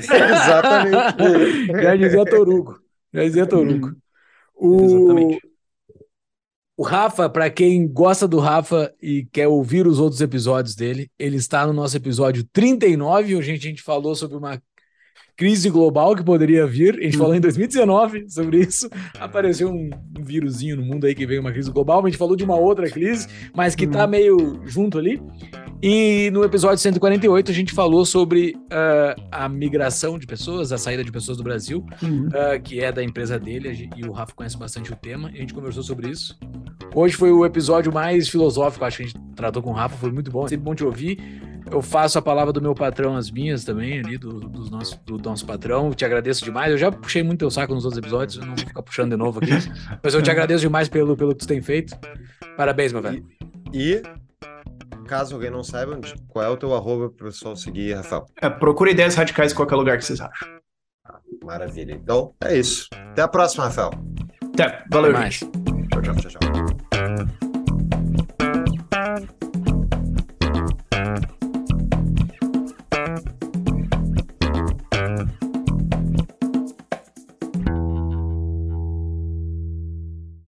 Exatamente. Já dizia Torugo. Já dizia Torugo. O, Exatamente. o Rafa, para quem gosta do Rafa e quer ouvir os outros episódios dele, ele está no nosso episódio trinta e nove, onde a gente falou sobre uma crise global que poderia vir. A gente Hum. falou em dois mil e dezenove sobre isso. Apareceu um, um vírusinho no mundo aí que veio uma crise global. A gente falou de uma outra crise, mas que tá Hum. meio junto ali. E no episódio cento e quarenta e oito a gente falou sobre ah, a migração de pessoas, a saída de pessoas do Brasil, Uhum. ah, que é da empresa dele, a gente- e o Rafa conhece bastante o tema, e a gente conversou sobre isso. Hoje foi o episódio mais filosófico, acho que a gente tratou com o Rafa, foi muito bom, sempre bom te ouvir. Eu faço a palavra do meu patrão, as minhas também, ali, do, dos nosso, do nosso patrão. Te agradeço demais. Eu já puxei muito teu saco nos outros episódios, eu não vou ficar puxando de novo aqui. Mas eu te agradeço demais pelo, pelo que tu tem feito. Parabéns, meu velho. E, caso alguém não saiba, onde- qual é o teu arroba para o pessoal seguir, Rafael? É, procura ideias radicais em qualquer lugar que vocês acham. Maravilha. Então, é isso. Até a próxima, Rafael. Até, valeu, Até mais. gente. Tchau, tchau, tchau, tchau.